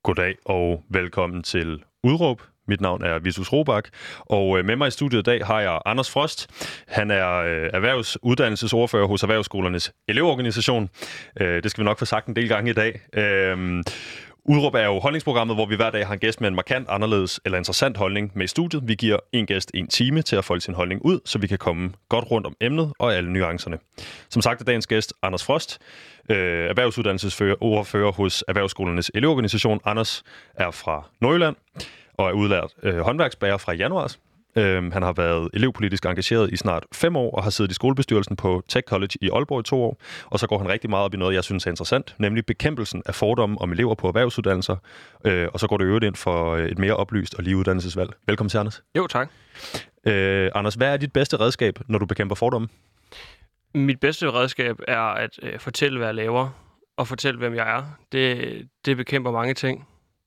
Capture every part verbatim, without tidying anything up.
Goddag og velkommen til Udråb. Mit navn er Vitus Robak, og med mig i studiet i dag har jeg Anders Frost. Han er øh, erhvervsuddannelsesordfører hos Erhvervsskolernes Elevorganisation. Øh, det skal vi nok få sagt en del gange i dag. Øh, Udråb er jo holdningsprogrammet, hvor vi hver dag har en gæst med en markant, anderledes eller interessant holdning med i studiet. Vi giver en gæst en time til at folde sin holdning ud, så vi kan komme godt rundt om emnet og alle nuancerne. Som sagt er dagens gæst Anders Frost, øh, erhvervsuddannelsesordfører hos Erhvervsskolernes Elevorganisation. Anders er fra Nordjylland og er udlært øh, håndværksbager fra januar. Øh, han har været elevpolitisk engageret i snart fem år og har siddet i skolebestyrelsen på Tech College i Aalborg i to år. Og så går han rigtig meget op i noget, jeg synes er interessant, nemlig bekæmpelsen af fordomme om elever på erhvervsuddannelser. Øh, og så går det øvrigt ind for et mere oplyst og lige uddannelsesvalg. Velkommen til, Anders. Jo, tak. Øh, Anders, hvad er dit bedste redskab, når du bekæmper fordomme? Mit bedste redskab er at øh, fortælle, hvad jeg laver, og fortælle, hvem jeg er. Det, det bekæmper mange ting.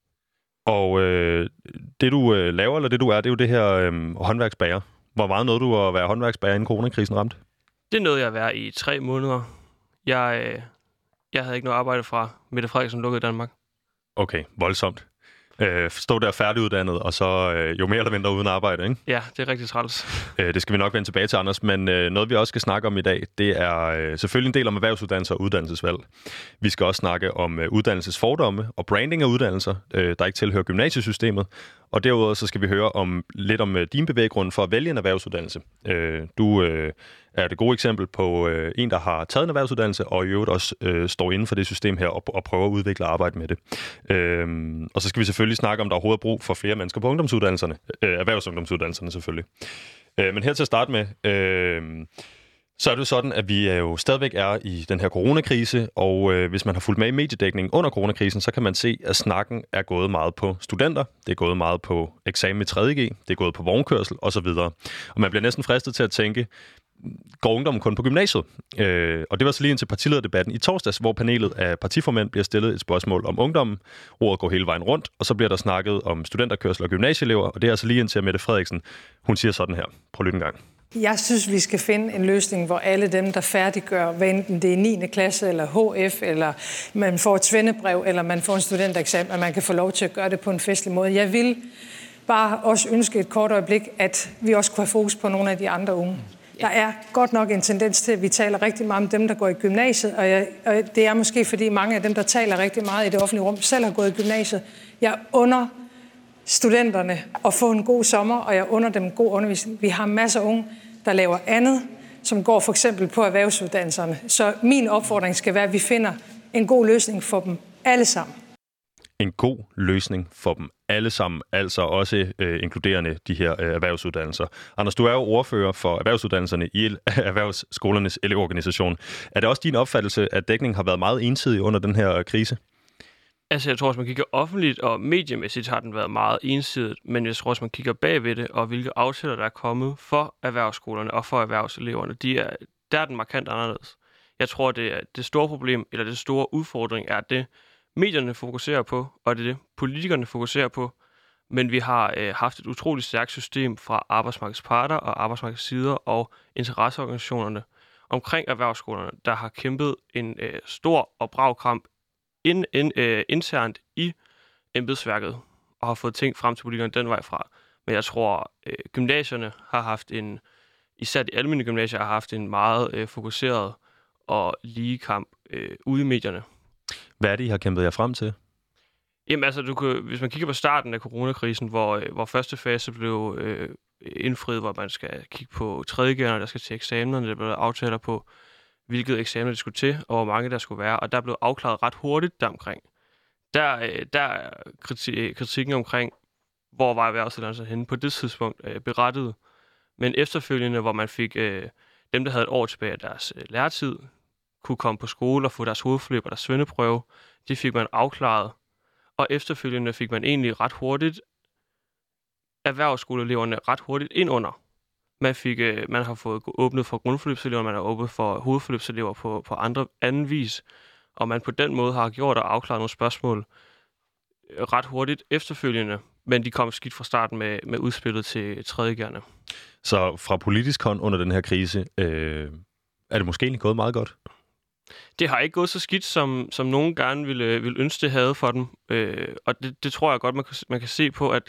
Og øh, det, du øh, laver, eller det, du er, det er jo det her øh, håndværksbager. Hvor meget nåede du at være håndværksbager, inden coronakrisen ramte? Det nåede jeg at være i tre måneder. Jeg, øh, jeg havde ikke noget arbejde fra Mette Frederiksen lukkede Danmark. Okay, voldsomt. Øh, stå der færdiguddannet, og så øh, jo mere eller mindre uden arbejde, ikke? Ja, det er rigtig træls. Øh, det skal vi nok vende tilbage til, Anders, men øh, noget vi også skal snakke om i dag, det er øh, selvfølgelig en del om erhvervsuddannelser og uddannelsesvalg. Vi skal også snakke om øh, uddannelsesfordomme og branding af uddannelser, øh, der ikke tilhører gymnasiesystemet. Og derudover så skal vi høre om lidt om øh, din bevæggrund for at vælge en erhvervsuddannelse. Øh, du øh, er det gode eksempel på øh, en, der har taget en erhvervsuddannelse, og i øvrigt også øh, står inden for det system her og, og prøver at udvikle og arbejde med det. Øh, og så skal vi selvfølgelig snakke om, der overhovedet er brug for flere mennesker på ungdomsuddannelserne. Øh, erhvervsungdomsuddannelserne selvfølgelig. Øh, men her til at starte med, øh, så er det jo sådan, at vi er jo stadigvæk er i den her coronakrise, og øh, hvis man har fulgt med i mediedækningen under coronakrisen, så kan man se, at snakken er gået meget på studenter, det er gået meget på eksamen i tredje G, det er gået på vognkørsel osv. Og man bliver næsten fristet til at tænke, går ungdommen kun på gymnasiet? Øh, og det var så lige indtil partilederdebatten i torsdags, hvor panelet af partiformænd bliver stillet et spørgsmål om ungdommen. Ordet går hele vejen rundt, og så bliver der snakket om studenterkørsel og gymnasieelever, og det er altså lige indtil Mette Frederiksen, hun siger sådan her. Prøv lyt en gang. Jeg synes, vi skal finde en løsning, hvor alle dem, der færdiggør, hvad enten det er niende klasse eller H F, eller man får et svendebrev, eller man får en studentereksamen, at man kan få lov til at gøre det på en festlig måde. Jeg vil bare også ønske et kort øjeblik, at vi også kunne have fokus på nogle af de andre unge. Der er godt nok en tendens til, at vi taler rigtig meget om dem, der går i gymnasiet, og, jeg, og det er måske, fordi mange af dem, der taler rigtig meget i det offentlige rum, selv har gået i gymnasiet. Jeg under studenterne at få en god sommer, og jeg under dem god undervisning. Vi har masser af unge, der laver andet, som går for eksempel på erhvervsuddannelserne. Så min opfordring skal være, at vi finder en god løsning for dem alle sammen. En god løsning for dem alle sammen, altså også øh, inkluderende de her øh, erhvervsuddannelser. Anders, du er jo ordfører for erhvervsuddannelserne i Erhvervsskolernes Elevorganisation. Er det også din opfattelse, at dækningen har været meget ensidig under den her krise? Altså, jeg tror, hvis man kigger offentligt og mediemæssigt, har den været meget ensidigt, men jeg tror, hvis man kigger bagved det, og hvilke aftaler, der er kommet for erhvervsskolerne og for erhvervseleverne, de er, der er den markant anderledes. Jeg tror, det, er, det store problem, eller det store udfordring, er det, medierne fokuserer på, og det er det, politikerne fokuserer på, men vi har øh, haft et utroligt stærkt system fra arbejdsmarkedets parter og arbejdsmarkedets sider og interesseorganisationerne omkring erhvervsskolerne, der har kæmpet en øh, stor og brav kamp ind, ind, øh, internt i embedsværket og har fået ting frem til politikerne den vej fra. Men jeg tror, øh, gymnasierne har haft en, især de almene gymnasier, har haft en meget øh, fokuseret og lige kamp øh, ude i medierne. Hvad er det, I har kæmpet jer frem til? Jamen altså, du kan, hvis man kigger på starten af coronakrisen, hvor, øh, hvor første fase blev øh, indfriet, hvor man skal kigge på tredje G'erne, der skal til eksamenerne, der blev aftaler på, hvilket eksamener det skulle til, og hvor mange der skulle være, og der blev afklaret ret hurtigt deromkring. Der, øh, der er kriti- kritikken omkring, hvor var erhvervsuddannelsen henne på det tidspunkt, øh, berettet. Men efterfølgende, hvor man fik øh, dem, der havde et år tilbage af deres øh, læretid, kunne komme på skole og få deres hovedforløb og deres svendeprøve, det fik man afklaret. Og efterfølgende fik man egentlig ret hurtigt erhvervsskoleeleverne ret hurtigt ind under. Man, fik, øh, man har fået åbnet for grundforløbselever, man har åbnet for hovedforløbselever på, på andre, anden vis, og man på den måde har gjort og afklaret nogle spørgsmål øh, ret hurtigt efterfølgende, men de kom skidt fra starten med, med udspillet til tredje G'erne. Så fra politisk hånd under den her krise, øh, er det måske egentlig gået meget godt? Det har ikke gået så skidt, som, som nogen gerne ville, ville ønske, det havde for dem. Øh, og det, det tror jeg godt, man kan, man kan se på, at,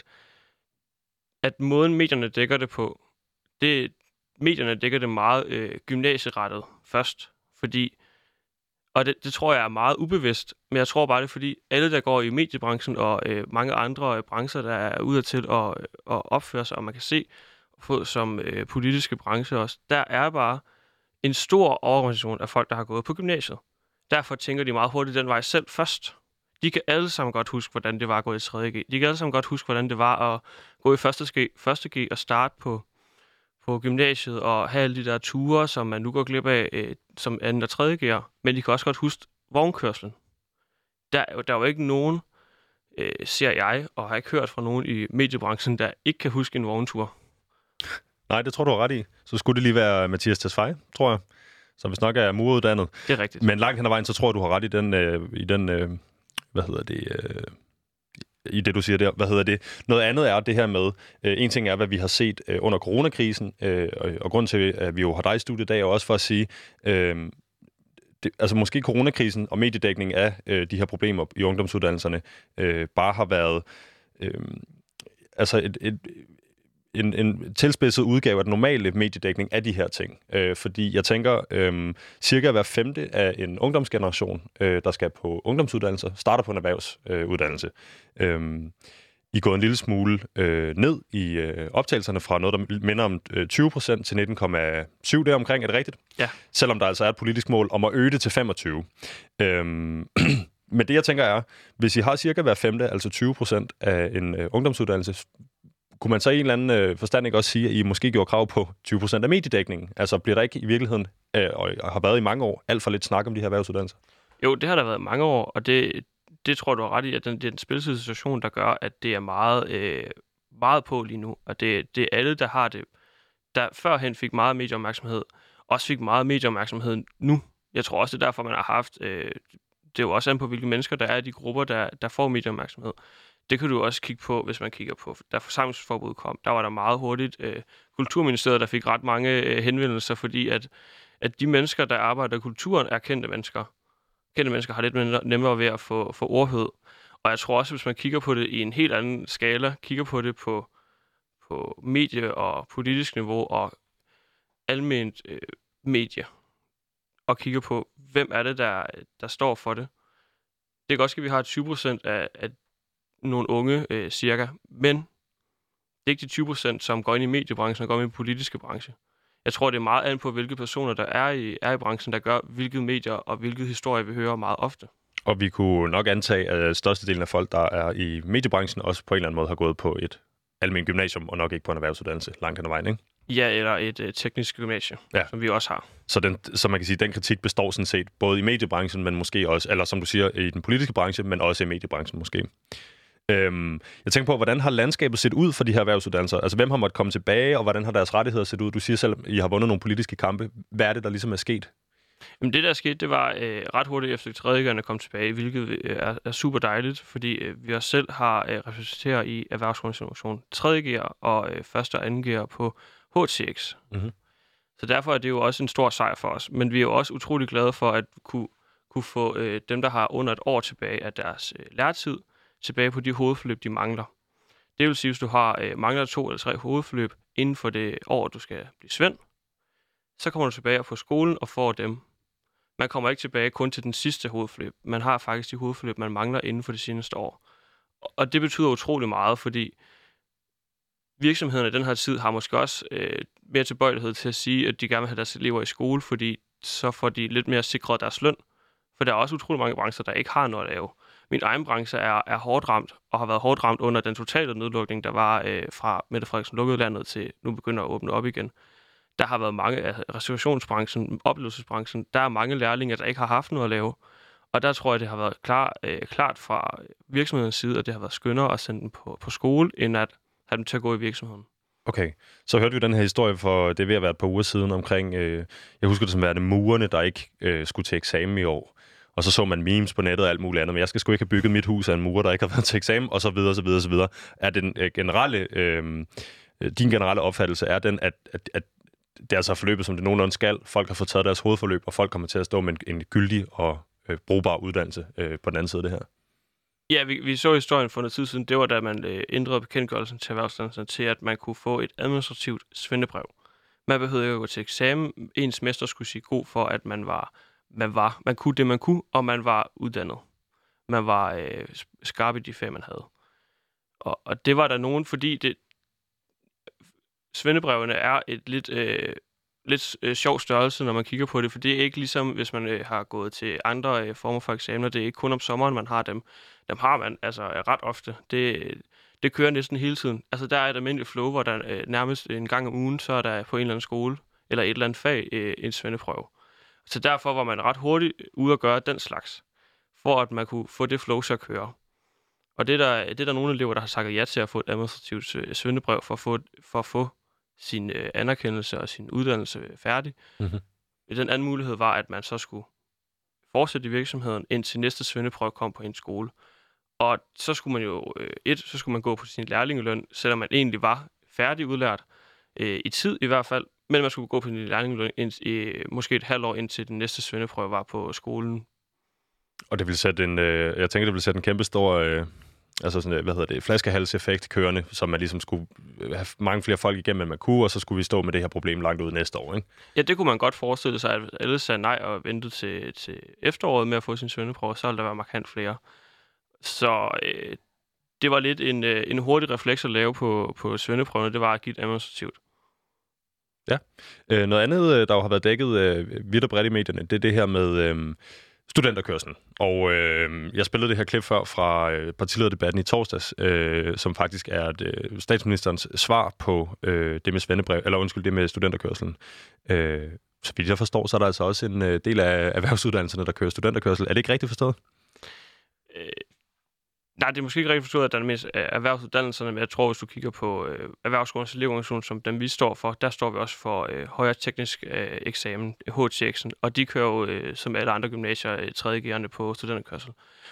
at måden medierne dækker det på, det, medierne dækker det meget øh, gymnasierettet først. Fordi, og det, det tror jeg er meget ubevidst, men jeg tror bare, det er fordi, alle, der går i mediebranchen og øh, mange andre øh, brancher, der er ude til at, at opføre sig, og man kan se få som øh, politiske brancher også, der er bare en stor organisation af folk, der har gået på gymnasiet. Derfor tænker de meget hurtigt den vej selv først. De kan alle sammen godt huske, hvordan det var at gå i tredje G. De kan alle sammen godt huske, hvordan det var at gå i første G, første G og starte på, på gymnasiet og have alle de der ture, som man nu går glip af øh, som anden og tredje G'er. Men de kan også godt huske vognkørslen. Der, der er jo ikke nogen, øh, ser jeg, og har ikke hørt fra nogen i mediebranchen, der ikke kan huske en vogntur. Nej, det tror du har ret i. Så skulle det lige være Mathias Tesfaye, tror jeg, som hvis nok er muruddannet. Det er rigtigt. Men langt hen ad vejen, så tror jeg, du har ret i den, øh, i den øh, hvad hedder det, øh, i det, du siger der. Hvad hedder det? Noget andet er det her med, øh, en ting er, hvad vi har set øh, under coronakrisen, øh, og, og grunden til, at vi jo har dig i studiet i dag, er også for at sige, øh, det, altså måske coronakrisen og mediedækning af øh, de her problemer i ungdomsuddannelserne øh, bare har været øh, altså et, et En, en tilspidset udgave af den normale mediedækning af de her ting. Øh, fordi jeg tænker, øh, cirka hver femte af en ungdomsgeneration, øh, der skal på ungdomsuddannelser, starter på en erhvervsuddannelse. Øh, I går en lille smule øh, ned i øh, optagelserne fra noget, der minder om øh, tyve procent til nitten komma syv deromkring. Er det rigtigt? Ja. Selvom der altså er et politisk mål om at øge det til femogtyve. Øh, men det, jeg tænker er, hvis I har cirka hver femte, altså tyve procent af en øh, ungdomsuddannelse, kunne man så i en eller anden øh, forstand ikke også sige, at I måske gjorde krav på tyve procent af mediedækningen? Altså bliver der ikke i virkeligheden, øh, og har været i mange år, alt for lidt snak om de her erhvervsuddannelser? Jo, det har der været mange år, og det, det tror du har ret i, at den, det er en spilsituation, der gør, at det er meget, øh, meget på lige nu. Og det, det er alle, der har det, der førhen fik meget medieopmærksomhed, også fik meget medieopmærksomhed nu. Jeg tror også, det er derfor, man har haft, øh, det er jo også an på, hvilke mennesker der er i de grupper, der, der får medieopmærksomhed. Det kan du også kigge på, hvis man kigger på, da forsamlingsforbuddet kom. Der var der meget hurtigt øh, Kulturministeriet, der fik ret mange øh, henvendelser, fordi at, at de mennesker, der arbejder i kulturen, er kendte mennesker. Kendte mennesker har lidt mindre, nemmere ved at få, få ordhed. Og jeg tror også, hvis man kigger på det i en helt anden skala, kigger på det på, på medie- og politisk niveau og almindeligt øh, medie, og kigger på, hvem er det, der, der står for det. Det kan også ske, at vi har tyve procent af, af nogle unge, øh, cirka. Men det er ikke de tyve procent, som går ind i mediebranchen og går ind i den politiske branche. Jeg tror, det er meget an på, hvilke personer, der er i, er i branchen, der gør, hvilket medier og hvilket historie vi hører meget ofte. Og vi kunne nok antage, at størstedelen af folk, der er i mediebranchen, også på en eller anden måde har gået på et almindeligt gymnasium, og nok ikke på en erhvervsuddannelse langt hen ad vejen, ikke? Ja, eller et øh, teknisk gymnasie, ja, som vi også har. Så, den, så man kan sige, at den kritik består sådan set både i mediebranchen, men måske også, eller som du siger, i den politiske branche, men også i mediebranchen måske. Øhm, jeg tænker på, hvordan har landskabet set ud for de her erhvervsuddannelser? Altså, hvem har måttet komme tilbage, og hvordan har deres rettigheder set ud? Du siger selv, at I har vundet nogle politiske kampe. Hvad er det, der ligesom er sket? Jamen, det, der er sket, det var øh, ret hurtigt efter tredje G'erne kom tilbage, hvilket øh, er, er super dejligt, fordi øh, vi også selv har øh, repræsenteret i erhvervsorganisationen tredje G'er og øh, første og anden G'er på H T X. Mm-hmm. Så derfor er det jo også en stor sejr for os. Men vi er jo også utrolig glade for at kunne, kunne få øh, dem, der har under et år tilbage af deres øh, læretid, tilbage på de hovedforløb, de mangler. Det vil sige, hvis du har øh, mangler to eller tre hovedforløb inden for det år, du skal blive svend, så kommer du tilbage på skolen og får dem. Man kommer ikke tilbage kun til den sidste hovedforløb. Man har faktisk de hovedforløb, man mangler inden for det seneste år. Og det betyder utrolig meget, fordi virksomhederne i den her tid har måske også øh, mere tilbøjelighed til at sige, at de gerne vil have deres elever i skole, fordi så får de lidt mere sikret deres løn. For der er også utrolig mange brancher, der ikke har noget at lave. Min egen branche er, er hårdt ramt, og har været hårdt ramt under den totale nedlukning, der var øh, fra Mette Frederiksen lukkede landet til nu begynder at åbne op igen. Der har været mange af restaurationsbranchen, oplevelsesbranchen, der er mange lærlinge, der ikke har haft noget at lave. Og der tror jeg, det har været klar, øh, klart fra virksomhedens side, at det har været skønnere at sende dem på, på skole, end at have dem til at gå i virksomheden. Okay, så hørte vi den her historie for, det ved at være et par uger siden, omkring, øh, jeg husker det som værende murerne, der ikke øh, skulle til eksamen i år. Og så så man memes på nettet og alt muligt andet, men jeg skal sgu ikke have bygget mit hus af en murer, der ikke har været til eksamen, og så videre, så videre, så videre. Er den øh, generelle, øh, din generelle opfattelse, er den, at, at, at det er altså forløbet, som det nogenlunde skal. Folk har fået taget deres hovedforløb, og folk kommer til at stå med en, en gyldig og øh, brugbar uddannelse øh, på den anden side af det her. Ja, vi, vi så historien for noget tid siden. Det var, da man øh, ændrede bekendtgørelsen til erhvervsuddannelsen til, at man kunne få et administrativt svendebrev. Man behøvede ikke at gå til eksamen. Ens mester skulle sige god for, at man var, man var, man kunne det, man kunne, og man var uddannet. Man var øh, skarp i de fag, man havde. Og, og det var der nogen, fordi det, svendebrevene er et lidt, øh, lidt øh, sjov størrelse, når man kigger på det, for det er ikke ligesom, hvis man øh, har gået til andre øh, former for eksamener. Det er ikke kun om sommeren, man har dem. Dem har man altså ret ofte. Det, det kører næsten hele tiden. Altså, der er et almindeligt flow, hvor der øh, nærmest en gang om ugen, så er der på en eller anden skole eller et eller andet fag øh, en svendeprøve. Så derfor var man ret hurtigt ude at gøre den slags, for at man kunne få det flow til at køre. Og det er der, det er der nogle elever, der har sagt ja til at få et administrativt øh, svendebrev for at få, for at få sin øh, anerkendelse og sin uddannelse færdig. Mm-hmm. Den anden mulighed var, at man så skulle fortsætte i virksomheden, indtil næste svendeprøve kom på en skole. Og så skulle man jo, øh, et, så skulle man gå på sin lærlingeløn, selvom man egentlig var færdig udlært, øh, i tid i hvert fald, men man skulle gå på sin lærlingeløn ind, øh, måske et halvt år, indtil den næste svendeprøve var på skolen. Og det vil sætte en, øh, jeg tænker, det vil sætte en kæmpe stor, øh, altså sådan, hvad hedder det, flaskehalseffekt kørende, som man ligesom skulle have mange flere folk igennem, end man kunne, og så skulle vi stå med det her problem langt ud næste år, ikke? Ja, det kunne man godt forestille sig, at alle sagde nej og ventede til, til efteråret med at få sin svendeprøve, så ville der være markant flere. Så øh, det var lidt en, øh, en hurtig refleks at lave på, på svendeprøvene, det var at give et administrativt. Ja. Øh, noget andet, der jo har været dækket øh, vidt og bredt i medierne, det er det her med øh, studenterkørslen. Og øh, jeg spillede det her klip før fra øh, partilederdebatten i torsdags, øh, som faktisk er et, øh, statsministerens svar på øh, det med svendebrev, eller undskyld, det med studenterkørslen. Øh, så vidt jeg forstår, så er der altså også en øh, del af erhvervsuddannelserne, der kører studenterkørsel. Er det ikke rigtigt forstået? Øh, nej, det er måske ikke rigtigt forstået, at der er mest erhvervsuddannelserne, men jeg tror, hvis du kigger på øh, Erhvervsskolens elevorganisation, som dem vi står for, der står vi også for øh, højere teknisk øh, eksamen, H T X'en, og de kører jo, øh, som alle andre gymnasier, øh, tredje G'erne på studenterkørsel.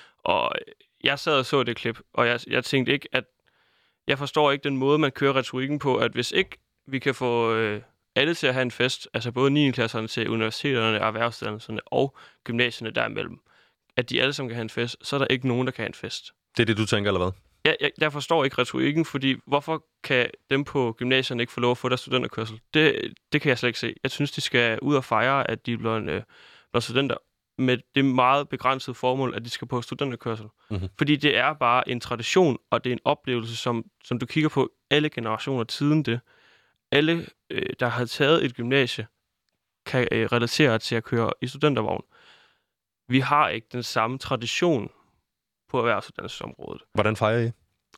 Og jeg sad og så det klip, og jeg, jeg tænkte ikke, at jeg forstår ikke den måde, man kører retorikken på, at hvis ikke vi kan få øh, alle til at have en fest, altså både niende klasserne til universiteterne, erhvervsuddannelserne og gymnasierne derimellem, at de alle sammen kan have en fest, så er der ikke nogen, der kan have en fest. Det er det, du tænker, eller hvad? Jeg, jeg, jeg forstår ikke retorikken, fordi hvorfor kan dem på gymnasierne ikke få lov at få deres studenterkørsel? Det, det kan jeg slet ikke se. Jeg synes, de skal ud og fejre, at de bliver øh, studenter med det meget begrænsede formål, at de skal på studenterkørsel. Mm-hmm. Fordi det er bare en tradition, og det er en oplevelse, som, som du kigger på alle generationer tiden det. Alle, øh, der har taget et gymnasie, kan øh, relatere til at køre i studentervogn. Vi har ikke den samme tradition på erhvervsuddannelsesområdet. Hvordan fejrer I?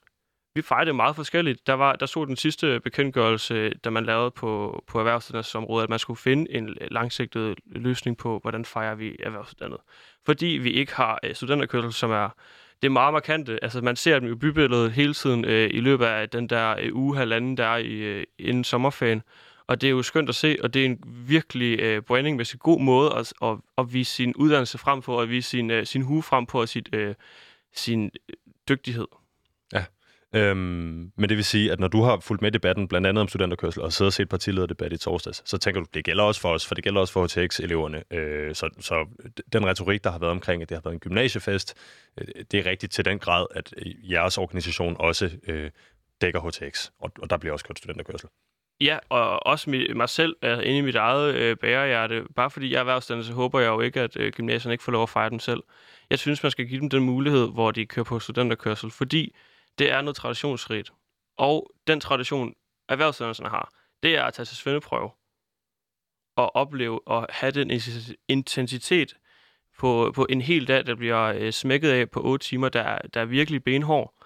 Vi fejrer det meget forskelligt. Der var der så den sidste bekendtgørelse, da man lavede på, på erhvervsuddannelsesområdet, at man skulle finde en langsigtet løsning på, hvordan fejrer vi erhvervsuddannet. Fordi vi ikke har studenterkørsel, som er det er meget markante. Altså, man ser dem i bybilledet hele tiden øh, i løbet af den der øh, uge, halvanden, der er i, øh, inden sommerferien. Og det er jo skønt at se, og det er en virkelig øh, brandingmæssig god måde at, at, at vise sin uddannelse frem på, og at vise sin, øh, sin hue frem på, og sit, øh, sin dygtighed. Ja. Øhm, men det vil sige, at når du har fulgt med debatten, blandt andet om studenterkørsel, og siddet og set partilederdebat i torsdags, så tænker du, det gælder også for os, for det gælder også for H T X-eleverne. Øh, så, så den retorik, der har været omkring, at det har været en gymnasiefest, øh, det er rigtigt til den grad, at jeres organisation også øh, dækker H T X, og, og der bliver også kørt studenterkørsel. Ja, og også mig selv er inde i mit eget øh, bærehjerte. Bare fordi jeg er erhvervsuddannet, så håber jeg jo ikke, at øh, gymnasierne ikke får lov at fejre dem selv. Jeg synes, man skal give dem den mulighed, hvor de kører på studenterkørsel, fordi det er noget traditionsrigt. Og den tradition, erhvervsuddannelserne har, det er at tage til svendeprøve og opleve og have den intensitet på, på en hel dag, der bliver øh, smækket af på otte timer, der er, der er virkelig benhård.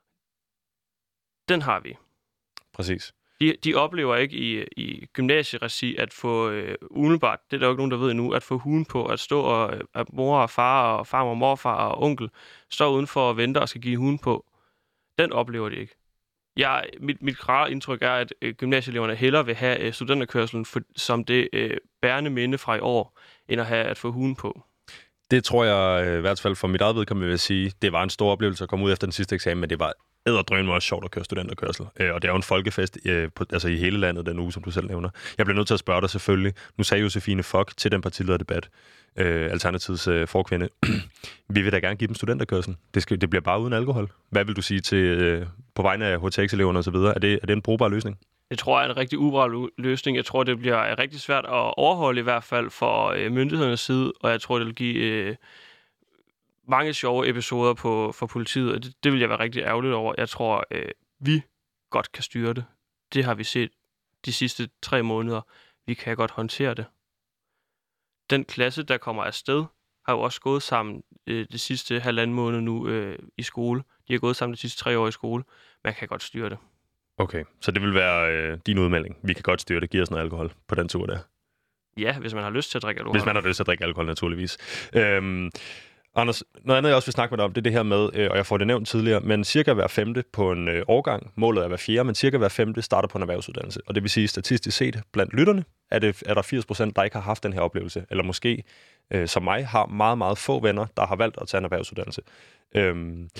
Den har vi. Præcis. De, de oplever ikke i, i gymnasieregi at få øh, umiddelbart, det er der jo ikke nogen, der ved endnu, at få huen på, at stå og at mor og far og farmor og morfar og onkel står udenfor og venter og skal give huen på. Den oplever de ikke. Jeg, mit, mit klare indtryk er, at øh, gymnasieeleverne hellere vil have øh, studenterkørselen for, som det øh, bærende minde fra i år, end at have at få huen på. Det tror jeg i hvert fald for mit eget vedkommende vil sige, det var en stor oplevelse at komme ud efter den sidste eksamen, men det var edderdrøn også sjovt at køre studenterkørsel. Øh, og det er jo en folkefest øh, på, altså i hele landet den uge, som du selv nævner. Jeg bliver nødt til at spørge dig selvfølgelig. Nu sagde Josefine Fock til den partilederdebat, øh, Alternativets øh, forkvinde, vi vil da gerne give dem studenterkørsel. Det, skal, det bliver bare uden alkohol. Hvad vil du sige til øh, på vegne af H T X-eleverne osv.? Er det, er det en brugbar løsning? Jeg tror, det er en rigtig ubrug løsning. Jeg tror, det bliver rigtig svært at overholde i hvert fald for øh, myndighedernes side, og jeg tror, det vil give øh, mange sjove episoder på, for politiet, og det, det vil jeg være rigtig ærgerligt over. Jeg tror, øh, vi godt kan styre det. Det har vi set de sidste tre måneder. Vi kan godt håndtere det. Den klasse, der kommer afsted, har jo også gået sammen øh, de sidste halvanden måned nu øh, i skole. De har gået sammen de sidste tre år i skole. Man kan godt styre det. Okay, så det vil være øh, din udmelding. Vi kan godt styre det. Giv os noget alkohol på den tur der. Ja, hvis man har lyst til at drikke alkohol. Hvis man har lyst til at drikke alkohol, naturligvis. Øhm, Anders, noget andet, jeg også vil snakke med dig om, det er det her med, øh, og jeg får det nævnt tidligere, men cirka hver femte på en øh, årgang, målet er hver fjerde, men cirka hver femte starter på en erhvervsuddannelse. Og det vil sige, statistisk set, blandt lytterne, er, det, er der firs procent, der ikke har haft den her oplevelse, eller måske, øh, som mig, har meget, meget få venner, der har valgt at tage en erhvervsuddannelse. Øhm,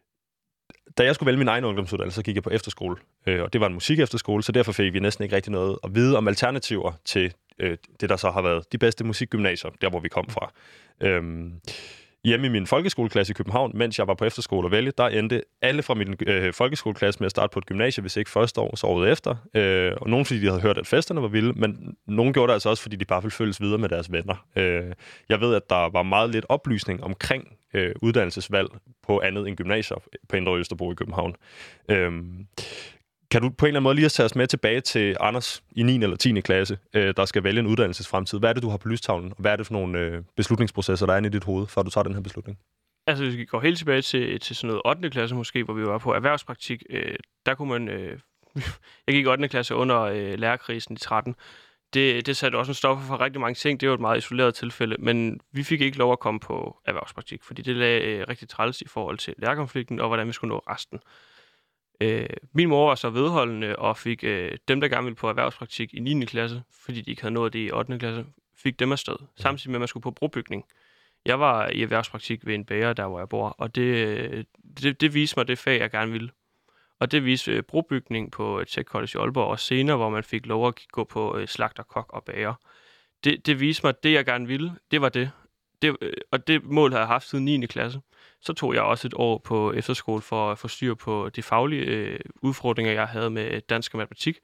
Da jeg skulle vælge min egen ungdomsuddannelse, så gik jeg på efterskole, øh, og det var en musikefterskole, så derfor fik vi næsten ikke rigtig noget at vide om alternativer til øh, det, der så har været de bedste musikgymnasier, der hvor vi kom fra. Øhm, hjemme i min folkeskoleklasse i København, mens jeg var på efterskole og vælge, der endte alle fra min øh, folkeskoleklasse med at starte på et gymnasie, hvis ikke første år, så året efter. Øh, og nogen fordi de havde hørt, at festerne var vilde, men nogen gjorde det altså også, fordi de bare ville følges videre med deres venner. Øh, jeg ved, at der var meget lidt oplysning omkring øh, uddannelsesvalg på andet end gymnasier på Indre Østerbro i København. Øh, Kan du på en eller anden måde lige tage os med tilbage til Anders i niende eller tiende klasse, øh, der skal vælge en uddannelsesfremtid? Hvad er det, du har på lystavlen, og hvad er det for nogle øh, beslutningsprocesser, der er inde i dit hoved, før du tager den her beslutning? Altså, hvis vi går helt tilbage til, til sådan noget ottende klasse måske, hvor vi var på erhvervspraktik, øh, der kunne man... Øh, jeg gik i ottende klasse under øh, lærerkrisen i tretten. Det, det satte også en stopper for rigtig mange ting. Det var et meget isoleret tilfælde, men vi fik ikke lov at komme på erhvervspraktik, fordi det lagde øh, rigtig træls i forhold til lærerkonflikten, og hvordan vi skulle nå resten. Øh, min mor var så vedholdende og fik øh, dem, der gerne ville på erhvervspraktik i niende klasse, fordi de ikke havde nået det i ottende klasse, fik dem afsted. Samtidig med, at man skulle på brobygning. Jeg var i erhvervspraktik ved en bager, der hvor jeg bor, og det, det, det viste mig det fag, jeg gerne ville. Og det viste øh, brobygning på Tech College i Aalborg, og senere, hvor man fik lov at gå på øh, slagter, kok og bager. Det, det viste mig, at det, jeg gerne ville, det var det. det øh, og det mål har jeg haft siden niende klasse. Så tog jeg også et år på efterskole for at få styr på de faglige øh, udfordringer, jeg havde med dansk og matematik.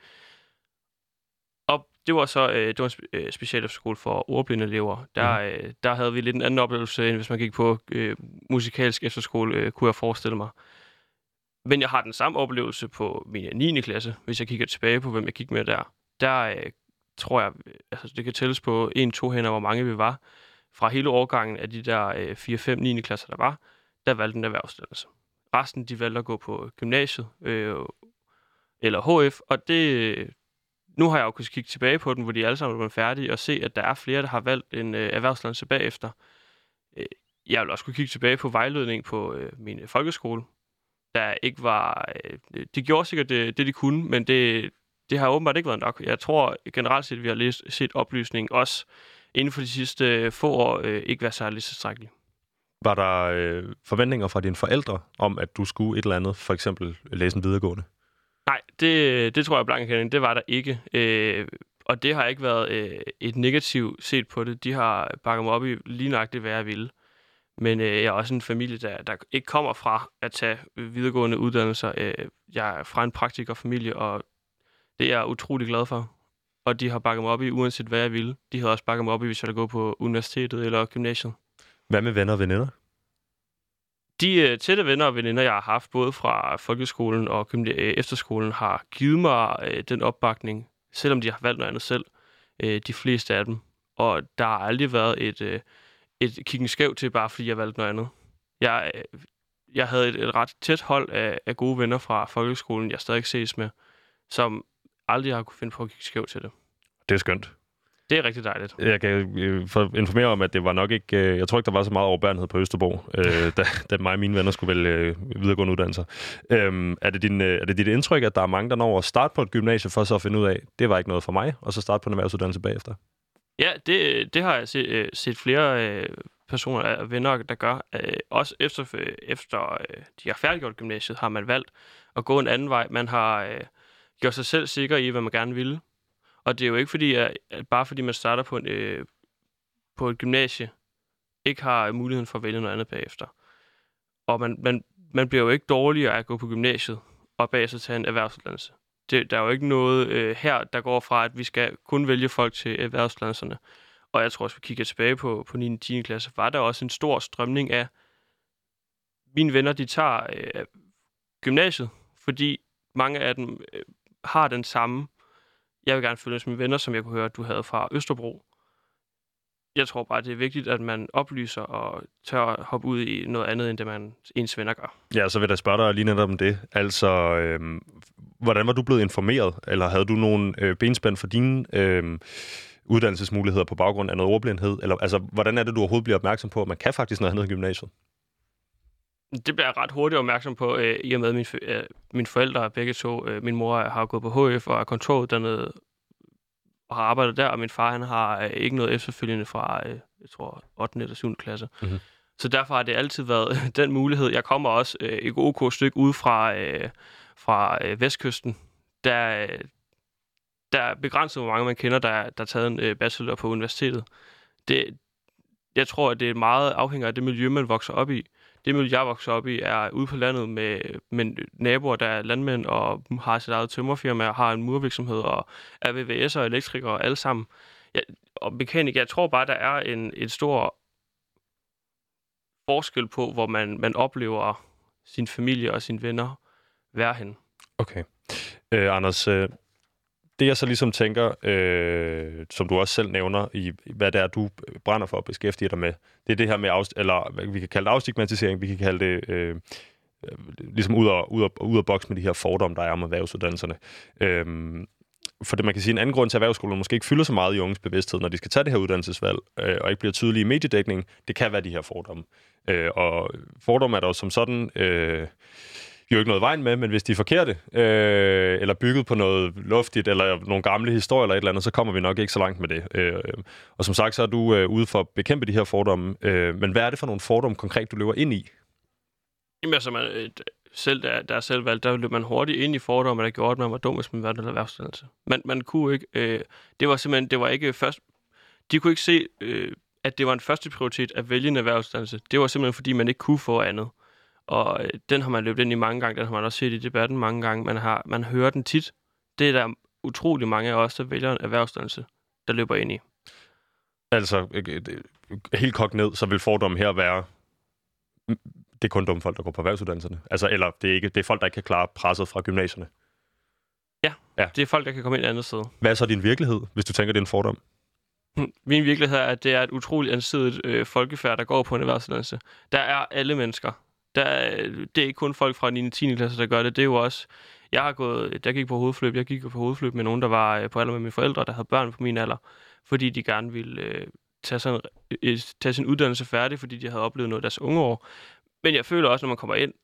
Og det var så øh, det var en spe- øh, speciel efterskole for ordblinde elever. Der, øh, der havde vi lidt en anden oplevelse, end hvis man gik på øh, musikalsk efterskole, øh, kunne jeg forestille mig. Men jeg har den samme oplevelse på min niende klasse, hvis jeg kigger tilbage på, hvem jeg gik med der. Der øh, tror jeg, altså det kan tælles på en, to hænder, hvor mange vi var. Fra hele årgangen af de der øh, fire, fem, niende klasser, der var, der valgte en erhvervsuddannelse. Resten, de valgte at gå på gymnasiet øh, eller H F, og det, nu har jeg jo kunnet kigge tilbage på den, hvor de alle sammen er blevet færdige, og se, at der er flere, der har valgt en øh, erhvervsuddannelse bagefter. Øh, jeg vil også kunne kigge tilbage på vejledning på øh, min folkeskole, der ikke var... Øh, de gjorde sikkert det, det, de kunne, men det, det har åbenbart ikke været nok. Jeg tror generelt set, at vi har læst, set oplysning også inden for de sidste få år øh, ikke være særlig tilstrækkeligt. Var der øh, forventninger fra dine forældre om, at du skulle et eller andet, for eksempel læse en videregående? Nej, det, det tror jeg blankt erkendelse. Det var der ikke. Øh, og det har ikke været øh, et negativt set på det. De har bakket mig op i lige nøjagtigt, hvad jeg ville. Men øh, jeg er også en familie, der, der ikke kommer fra at tage videregående uddannelser. Øh, jeg er fra en praktikerfamilie, og det er jeg utrolig glad for. Og de har bakket mig op i, uanset hvad jeg ville. De har også bakket mig op i, hvis jeg ville gå på universitetet eller gymnasiet. Hvad med venner og veninder? De uh, tætte venner og veninder, jeg har haft, både fra folkeskolen og gymna- efterskolen, har givet mig uh, den opbakning, selvom de har valgt noget andet selv, uh, de fleste af dem. Og der har aldrig været et, uh, et kiggen skæv til, bare fordi jeg valgte noget andet. Jeg, uh, jeg havde et, et ret tæt hold af, af gode venner fra folkeskolen, jeg stadig ses med, som aldrig har kunne finde på at kigge skæv til det. Det er skønt. Det er rigtig dejligt. Jeg kan øh, informere om, at det var nok ikke... Øh, jeg tror ikke, der var så meget overbærenhed på Østerbro, øh, da, da mig og mine venner skulle vælge øh, videregående uddannelser. Øhm, er, det din, øh, er det dit indtryk, at der er mange, der når at starte på et gymnasie, for så at finde ud af, det var ikke noget for mig, og så starte på en erhvervsuddannelse bagefter? Ja, det, det har jeg set, øh, set flere øh, personer af venner, der gør. Øh, også efter, efter øh, de har færdiggjort gymnasiet, har man valgt at gå en anden vej. Man har øh, gjort sig selv sikker i, hvad man gerne vil. Og det er jo ikke fordi, at, at bare fordi man starter på, en, øh, på et gymnasie, ikke har muligheden for at vælge noget andet bagefter. Og man, man, man bliver jo ikke dårligere af at gå på gymnasiet og bagefter tage en erhvervsuddannelse. Det, der er jo ikke noget øh, her, der går fra, at vi skal kun vælge folk til erhvervsuddannelserne. Og jeg tror også, vi kigger tilbage på, på niende og tiende klasse, var der også en stor strømning af, mine venner, de tager øh, gymnasiet, fordi mange af dem øh, har den samme, jeg vil gerne følge mine venner, som jeg kunne høre, at du havde fra Østerbro. Jeg tror bare, det er vigtigt, at man oplyser og tør at hoppe ud i noget andet, end det man ens venner gør. Ja, så vil jeg spørge dig lige netop om det. Altså, øh, hvordan var du blevet informeret? Eller havde du nogle øh, benspænd for dine øh, uddannelsesmuligheder på baggrund af noget ordblindhed? Eller, altså, hvordan er det, du overhovedet bliver opmærksom på, at man kan faktisk noget andet i gymnasiet? Det bliver jeg ret hurtigt opmærksom på, øh, i og med, at mine, øh, mine forældre begge to, øh, min mor har gået på H F og er kontoruddannet og har arbejdet der, og min far han har øh, ikke noget efterfølgende fra, øh, jeg tror, ottende eller syvende klasse. Mm-hmm. Så derfor har det altid været den mulighed. Jeg kommer også øh, et OK stykke ude fra, øh, fra øh, Vestkysten, der, der er begrænset, hvor mange man kender, der, der har taget en øh, bachelor på universitetet. Det, jeg tror, at det er meget afhængigt af det miljø, man vokser op i. Det miljø, jeg vokser op i, er ude på landet med, med naboer, der er landmænd og har sit eget tømmerfirma og har en murvirksomhed og er V V S'er og elektrikere og alle sammen. Ja, og mekanikere, jeg tror bare, der er en, en stor forskel på, hvor man, man oplever sin familie og sine venner være hen. Okay. Øh, Anders, øh, det jeg så ligesom tænker, øh, som du også selv nævner, i hvad det er, du brænder for at beskæftige dig med, det er det her med, afst- eller vi kan kalde det afstigmatisering, vi kan kalde det øh, ligesom ud af, ud af, ud af boks med de her fordomme, der er om erhvervsuddannelserne. Øh, for det, man kan sige, en anden grund til, at erhvervsskolen måske ikke fylder så meget i unges bevidsthed, når de skal tage det her uddannelsesvalg, øh, og ikke bliver tydelige i mediedækning, det kan være de her fordomme. Øh, og fordomme er der jo som sådan øh, jo ikke noget vejen med, men hvis de er forkerte, øh, eller bygget på noget luftigt, eller nogle gamle historier eller et eller andet, så kommer vi nok ikke så langt med det. Øh, og som sagt, så er du øh, ude for at bekæmpe de her fordomme. Øh, men hvad er det for nogle fordomme konkret, du løber ind i? Jamen altså, man, selv der, der er selv valgt, der løb man hurtigt ind i fordomme, der gjorde, at man var dum, hvis man var en erhvervsuddannelse. Man, man kunne ikke, øh, det var simpelthen, det var ikke først, de kunne ikke se, øh, at det var en første prioritet at vælge en erhvervsuddannelse. Det var simpelthen, fordi man ikke kunne få andet. Og øh, den har man løbet ind i mange gange, den har man også set i debatten mange gange. Man har man hører den tit. Det er der utrolig mange af os, der vælger en erhvervsuddannelse, der løber ind i. Altså, helt kogt ned, så vil fordommen her være, det er kun dumme folk, der går på erhvervsuddannelserne. Altså, eller det er, ikke, det er folk, der ikke kan klare presset fra gymnasierne. Ja, ja, det er folk, der kan komme ind et andet sted. Hvad er så din virkelighed, hvis du tænker, det er en fordom? Min virkelighed er, at det er et utroligt ansidigt øh, folkefærd, der går på en erhvervsuddannelse. Der er alle mennesker. Der er, det er ikke kun folk fra niende og tiende klasse, der gør det. Det er jo også... Jeg har gået... Jeg gik på hovedforløb. Jeg gik på hovedforløb med nogen, der var på alder med mine forældre, der havde børn på min alder, fordi de gerne ville øh, tage, sådan, øh, tage sin uddannelse færdig, fordi de havde oplevet noget af deres unge år. Men jeg føler også, når man kommer ind...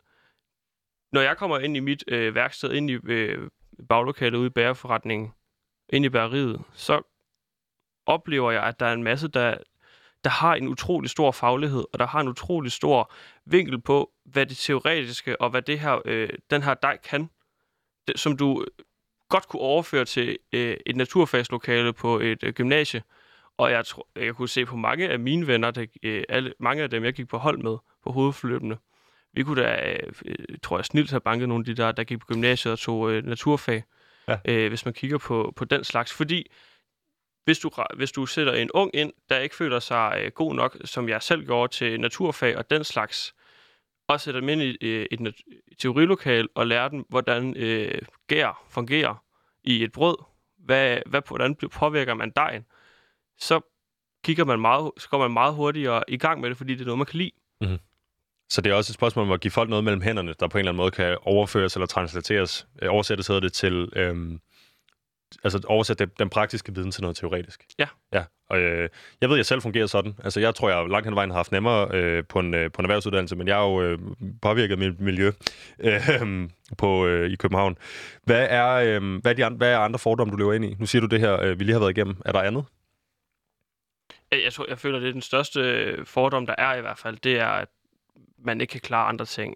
Når jeg kommer ind i mit øh, værksted, ind i øh, baglokalet ude i bæreforretningen, ind i bæreriet, så oplever jeg, at der er en masse, der... der har en utrolig stor faglighed, og der har en utrolig stor vinkel på, hvad det teoretiske og hvad det her, øh, den her dej kan, det, som du godt kunne overføre til øh, et naturfagslokale på et øh, gymnasie. Og jeg tror, jeg kunne se på mange af mine venner, der, øh, alle, mange af dem, jeg gik på hold med på hovedforløbene, vi kunne da, øh, tror jeg, snilt have banket nogle af de der, der gik på gymnasiet og tog øh, naturfag, ja. øh, hvis man kigger på, på den slags. Fordi Hvis du, hvis du sætter en ung ind, der ikke føler sig øh, god nok, som jeg selv gjorde til naturfag og den slags, og sætter dem ind i øh, et, et teorilokal og lærer dem, hvordan øh, gær fungerer i et brød, hvad, hvad, hvordan påvirker man dejen, så, kigger man meget, så går man meget hurtigere i gang med det, fordi det er noget, man kan lide. Mm-hmm. Så det er også et spørgsmål om at give folk noget mellem hænderne, der på en eller anden måde kan overføres eller translateres. Oversættes hedder det til... Øhm altså oversætte den praktiske viden til noget teoretisk. Ja. Ja. Og, øh, jeg ved, at jeg selv fungerer sådan. Altså, jeg tror, jeg langt hen ad vejen har haft nemmere øh, på, en, øh, på en erhvervsuddannelse, men jeg har jo øh, påvirket mit miljø øh, på, øh, i København. Hvad er, øh, hvad, er de andre, hvad er andre fordomme, du løber ind i? Nu siger du det her, øh, vi lige har været igennem. Er der andet? Jeg, tror, jeg føler, det er den største fordom, der er i hvert fald, det er, at man ikke kan klare andre ting.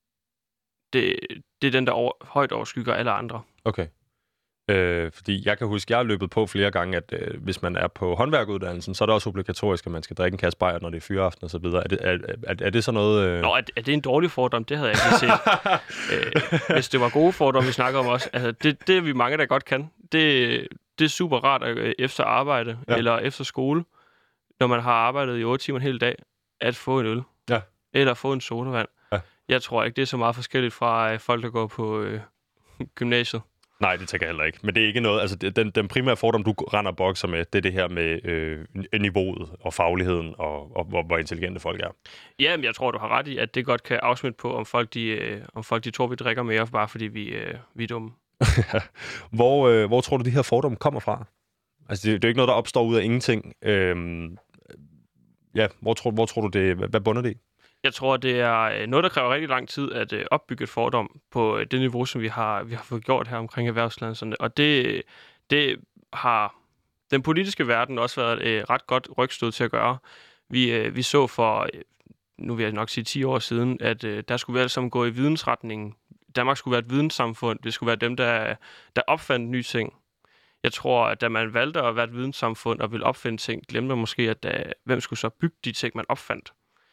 Det, det er den, der over, højt overskygger alle andre. Okay. Øh, fordi jeg kan huske, jeg har løbet på flere gange, at øh, hvis man er på håndværkeruddannelsen, så er det også obligatorisk, at man skal drikke en kasse bajer, når det er fyreaften og så videre. Er det, er, er, er det så noget... Øh... Nå, er, er det en dårlig fordom? Det havde jeg ikke set. øh, hvis det var gode fordomme, vi snakker om også. Altså, det, det er vi mange, der godt kan. Det, det er super rart at, efter arbejde ja. eller efter skole, når man har arbejdet i otte timer en hel dag, at få en øl. Ja. Eller få en sodavand. Ja. Jeg tror ikke, det er så meget forskelligt fra øh, folk, der går på øh, gymnasiet. Nej, det tænker jeg heller ikke. Men det er ikke noget... Altså, den, den primære fordom, du render og bokser med, det er det her med øh, niveauet og fagligheden og, og hvor, hvor intelligente folk er. Ja, men jeg tror, du har ret i, at det godt kan afsmitte på, om folk de, øh, om folk, de tror, vi drikker mere, bare fordi vi, øh, vi er dumme. hvor, øh, hvor tror du, de her fordomme kommer fra? Altså, det, det er jo ikke noget, der opstår ud af ingenting. Øhm, ja, hvor tror, hvor tror du, det... Hvad bunder det i? Jeg tror, det er noget, der kræver rigtig lang tid at opbygge et fordom på det niveau, som vi har, vi har fået gjort her omkring erhvervsuddannelserne. Og det, det har den politiske verden også været et ret godt rygstød til at gøre. Vi, vi så for, nu vil jeg nok sige ti år siden, at der skulle vi alle sammen gå i vidensretningen. Danmark skulle være et videnssamfund. Det skulle være dem, der, der opfandt nye ting. Jeg tror, at da man valgte at være et videnssamfund og ville opfinde ting, glemte man måske, at da, hvem skulle så bygge de ting, man opfandt.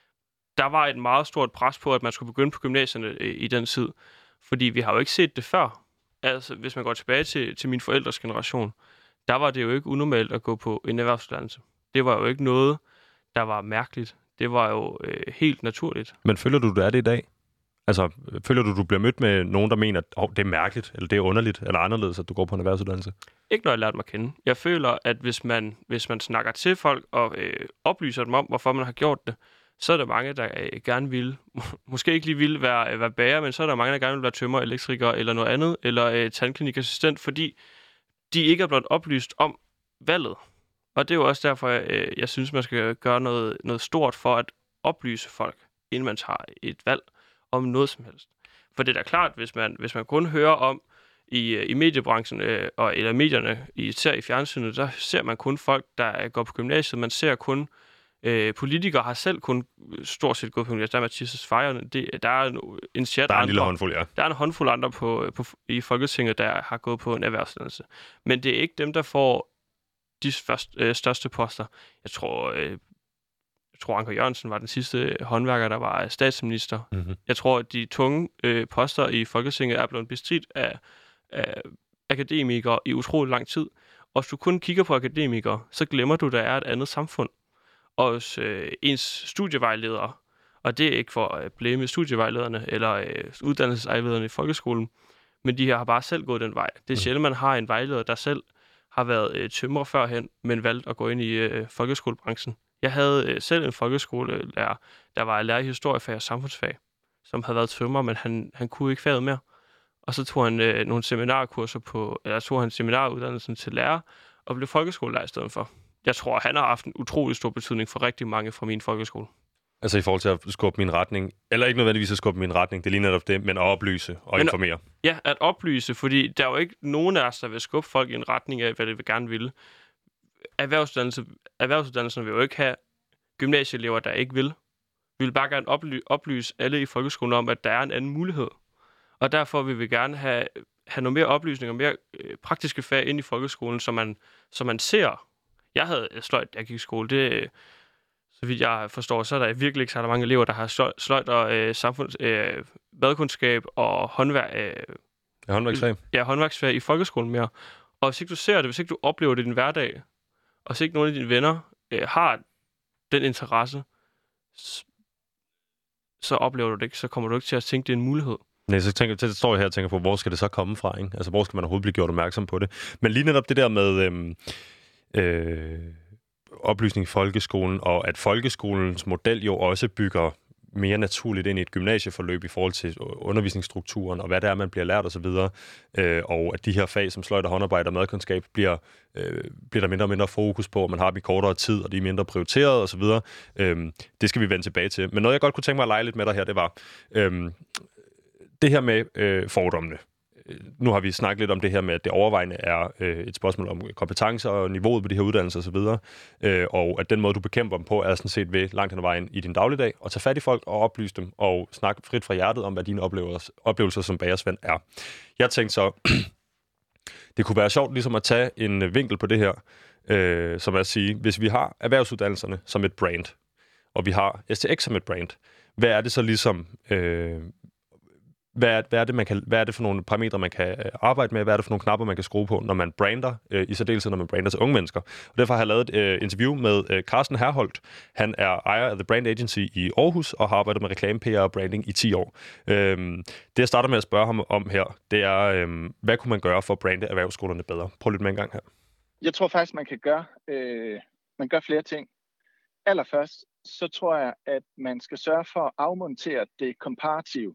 Der var et meget stort pres på, at man skulle begynde på gymnasierne i den tid. Fordi vi har jo ikke set det før. Altså, hvis man går tilbage til, til min forældres generation, der var det jo ikke unormalt at gå på en erhvervsuddannelse. Det var jo ikke noget, der var mærkeligt. Det var jo øh, helt naturligt. Men føler du, du er det i dag? Altså, føler du, du bliver mødt med nogen, der mener, at oh, det er mærkeligt, eller det er underligt, eller anderledes, at du går på en erhvervsuddannelse? Ikke når jeg lærte mig at kende. Jeg føler, at hvis man, hvis man snakker til folk og øh, oplyser dem om, hvorfor man har gjort det, så er der mange, der øh, gerne vil, måske ikke lige vil være, øh, være bager, men så er der mange, der gerne vil være tømrer, elektriker eller noget andet, eller øh, tandklinikassistent, fordi de ikke er blevet oplyst om valget. Og det er jo også derfor, øh, jeg synes, man skal gøre noget, noget stort for at oplyse folk, inden man tager et valg om noget som helst. For det er da klart, hvis man, hvis man kun hører om i, i mediebranchen, øh, og, eller medierne, især i fjernsynet, der ser man kun folk, der går på gymnasiet. Man ser kun øh, politikere har selv kun stort set gået på gymnasiet. Der er Mathias Fejerne. Det, der er en, en chat Der er en andre, lille håndfuld, ja. Der er en håndfuld andre på, på, i Folketinget, der har gået på en erhvervsuddannelse. Men det er ikke dem, der får de første, øh, største poster. Jeg tror... Øh, Jeg tror, Anker Jørgensen var den sidste håndværker, der var statsminister. Mm-hmm. Jeg tror, at de tunge øh, poster i Folketinget er blevet bestridt af, af akademikere i utrolig lang tid. Og hvis du kun kigger på akademikere, så glemmer du, at der er et andet samfund. Og hvis øh, ens studievejledere, og det er ikke for at blæme studievejlederne eller øh, uddannelsesvejlederne i folkeskolen, men de her har bare selv gået den vej. Det er sjældent, man har en vejleder, der selv har været øh, tømrer førhen, men valgt at gå ind i øh, folkeskolebranchen. Jeg havde øh, selv en folkeskolelærer, der var lærer i historiefag og samfundsfag, som havde været tømrer, men han, han kunne ikke faget mere. Og så tog han øh, nogle seminarkurser på, eller tog han seminaruddannelsen til lærer, og blev folkeskolelærer i stedet for. Jeg tror, han har haft en utrolig stor betydning for rigtig mange fra min folkeskole. Altså i forhold til at skubbe min retning, eller ikke nødvendigvis at skubbe min retning, det er lige netop det, men at oplyse og men, informere. Ja, at oplyse, fordi der er jo ikke nogen af os, der vil skubbe folk i en retning af, hvad de vil gerne ville. Erhvervsuddannelse, erhvervsuddannelsen vil jo ikke have gymnasieelever, der ikke vil. Vi vil bare gerne oply- oplyse alle i folkeskolen om, at der er en anden mulighed. Og derfor vil vi gerne have, have noget mere oplysning og mere øh, praktiske fag ind i folkeskolen, så man, så man ser. Jeg havde sløjt, da jeg gik i skole. Det, så vidt jeg forstår, så er der virkelig ikke så mange elever, der har sløjt og øh, samfunds, øh, madkundskab og håndværk, øh, ja, håndværksfag. Ja, håndværksfag i folkeskolen mere. Og hvis ikke du ser det, hvis ikke du oplever det i din hverdag, og hvis ikke nogen af dine venner øh, har den interesse, så oplever du det ikke, så kommer du ikke til at tænke, det er en mulighed. Nej, så, tænker, så står jeg her og tænker på, hvor skal det så komme fra? Ikke? Altså, hvor skal man overhovedet blive gjort opmærksom på det? Men lige netop det der med øhm, øh, oplysning i folkeskolen, og at folkeskolens model jo også bygger mere naturligt ind i et gymnasieforløb i forhold til undervisningsstrukturen, og hvad det er, man bliver lært osv., øh, og at de her fag som sløjt og håndarbejde og madkundskab bliver, øh, bliver der mindre og mindre fokus på, og man har dem i kortere tid, og de er mindre prioriteret osv. Øh, det skal vi vende tilbage til. Men noget, jeg godt kunne tænke mig at lege lidt med dig her, det var øh, det her med øh, fordommene. nu har vi snakket lidt om det her med, at det overvejende er øh, et spørgsmål om kompetencer og niveauet på de her uddannelser osv., øh, og at den måde, du bekæmper dem på, er sådan set ved langt hen ad vejen i din dagligdag, og tage fat i folk og oplyse dem, og snakke frit fra hjertet om, hvad dine oplevelser, oplevelser som bagersvend er. Jeg tænkte så, det kunne være sjovt ligesom at tage en vinkel på det her, øh, som er at sige, hvis vi har erhvervsuddannelserne som et brand, og vi har S T X som et brand, hvad er det så ligesom... Øh, Hvad er, hvad, er det, man kan, hvad er det for nogle parametre, man kan arbejde med? Hvad er det for nogle knapper, man kan skrue på, når man brander, øh, i særdeleshed når man brander til unge mennesker? Og derfor har jeg lavet et øh, interview med øh, Carsten Herholdt. Han er ejer af The Brand Agency i Aarhus og har arbejdet med reklame, P R og branding i ti år. Øhm, det, jeg starter med at spørge ham om her, det er, øh, hvad kunne man gøre for at brande erhvervsskolerne bedre? Prøv lidt med en gang her. Jeg tror faktisk, man kan gøre, øh, man gør flere ting. Allerførst, så tror jeg, at man skal sørge for at afmontere det komparative.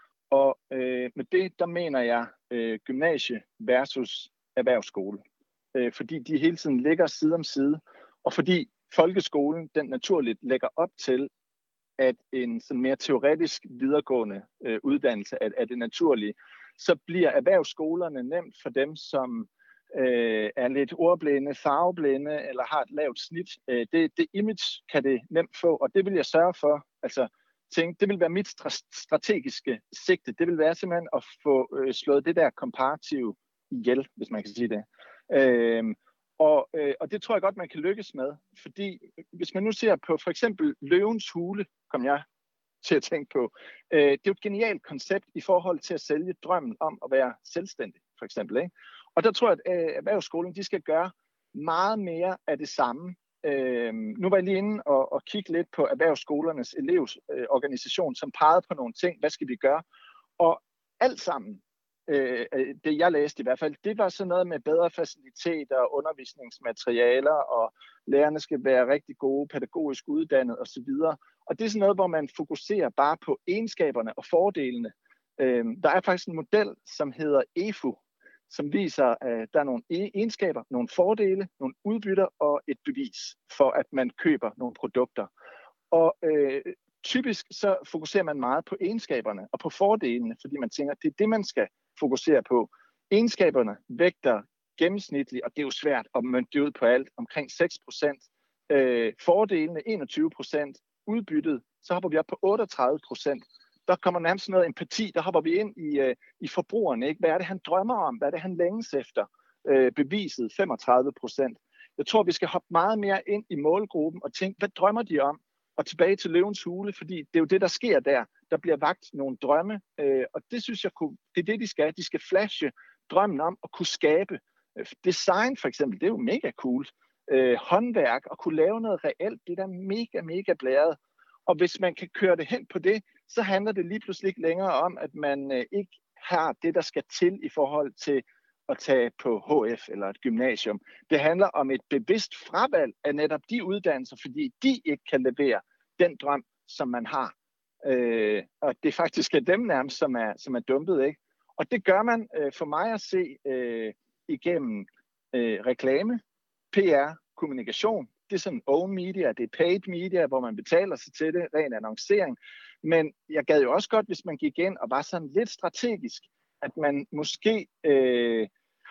Og øh, med det, der mener jeg øh, gymnasie versus erhvervsskole. Øh, fordi de hele tiden ligger side om side, og fordi folkeskolen, den naturligt lægger op til, at en sådan mere teoretisk videregående øh, uddannelse er, er det naturlige, så bliver erhvervsskolerne nemt for dem, som øh, er lidt ordblinde, farveblinde eller har et lavt snit. Øh, det, det image kan det nemt få, og det vil jeg sørge for, altså tænke, det vil være mit strategiske sigte. Det vil være simpelthen at få øh, slået det der komparative ihjel, hvis man kan sige det. Øhm, og, øh, og det tror jeg godt, man kan lykkes med. Fordi hvis man nu ser på for eksempel Løvens Hule, kom jeg til at tænke på, øh, det er jo et genialt koncept i forhold til at sælge drømmen om at være selvstændig, for eksempel. Ikke? Og der tror jeg, at øh, erhvervsskolen de skal gøre meget mere af det samme. Øhm, nu var jeg lige inde og, og kigge lidt på erhvervsskolernes elevsorganisation, øh, som pegede på nogle ting. Hvad skal vi gøre? Og alt sammen, øh, det jeg læste i hvert fald, det var sådan noget med bedre faciliteter, undervisningsmaterialer, og lærerne skal være rigtig gode, pædagogisk uddannet osv. Og det er sådan noget, hvor man fokuserer bare på egenskaberne og fordelene. Øhm, der er faktisk en model, som hedder E F U, som viser, at der er nogle egenskaber, nogle fordele, nogle udbytter og et bevis for, at man køber nogle produkter. Og øh, typisk så fokuserer man meget på egenskaberne og på fordelene, fordi man tænker, at det er det, man skal fokusere på. Egenskaberne vægter gennemsnitligt, og det er jo svært at mønte det ud på alt, omkring seks procent. Øh, fordelene enogtyve procent, udbyttet, så hopper vi op på otteogtredive procent. Der kommer nærmest noget empati, der hopper vi ind i, øh, i forbrugerne. Ikke? Hvad er det, han drømmer om? Hvad er det, han længes efter? Øh, beviset femogtredive procent. Jeg tror, vi skal hoppe meget mere ind i målgruppen og tænke, hvad drømmer de om? Og tilbage til Løvens Hule, fordi det er jo det, der sker der. Der bliver vagt nogle drømme, øh, og det synes jeg, kunne, det er det, de skal. De skal flashe drømmen om at kunne skabe. Design for eksempel, det er jo mega cool. Øh, håndværk, og kunne lave noget reelt, det er da mega, mega blæret. Og hvis man kan køre det hen på det, så handler det lige pludselig ikke længere om, at man øh, ikke har det, der skal til i forhold til at tage på H F eller et gymnasium. Det handler om et bevidst fravalg af netop de uddannelser, fordi de ikke kan levere den drøm, som man har. Øh, og det faktisk er dem nærmest, som er, som er dumpet, ikke? Og det gør man øh, for mig at se øh, igennem øh, reklame, P R, kommunikation. Det er sådan own media, det er paid media, hvor man betaler sig til det, ren annoncering. Men jeg gad jo også godt, hvis man gik ind og var sådan lidt strategisk, at man måske øh,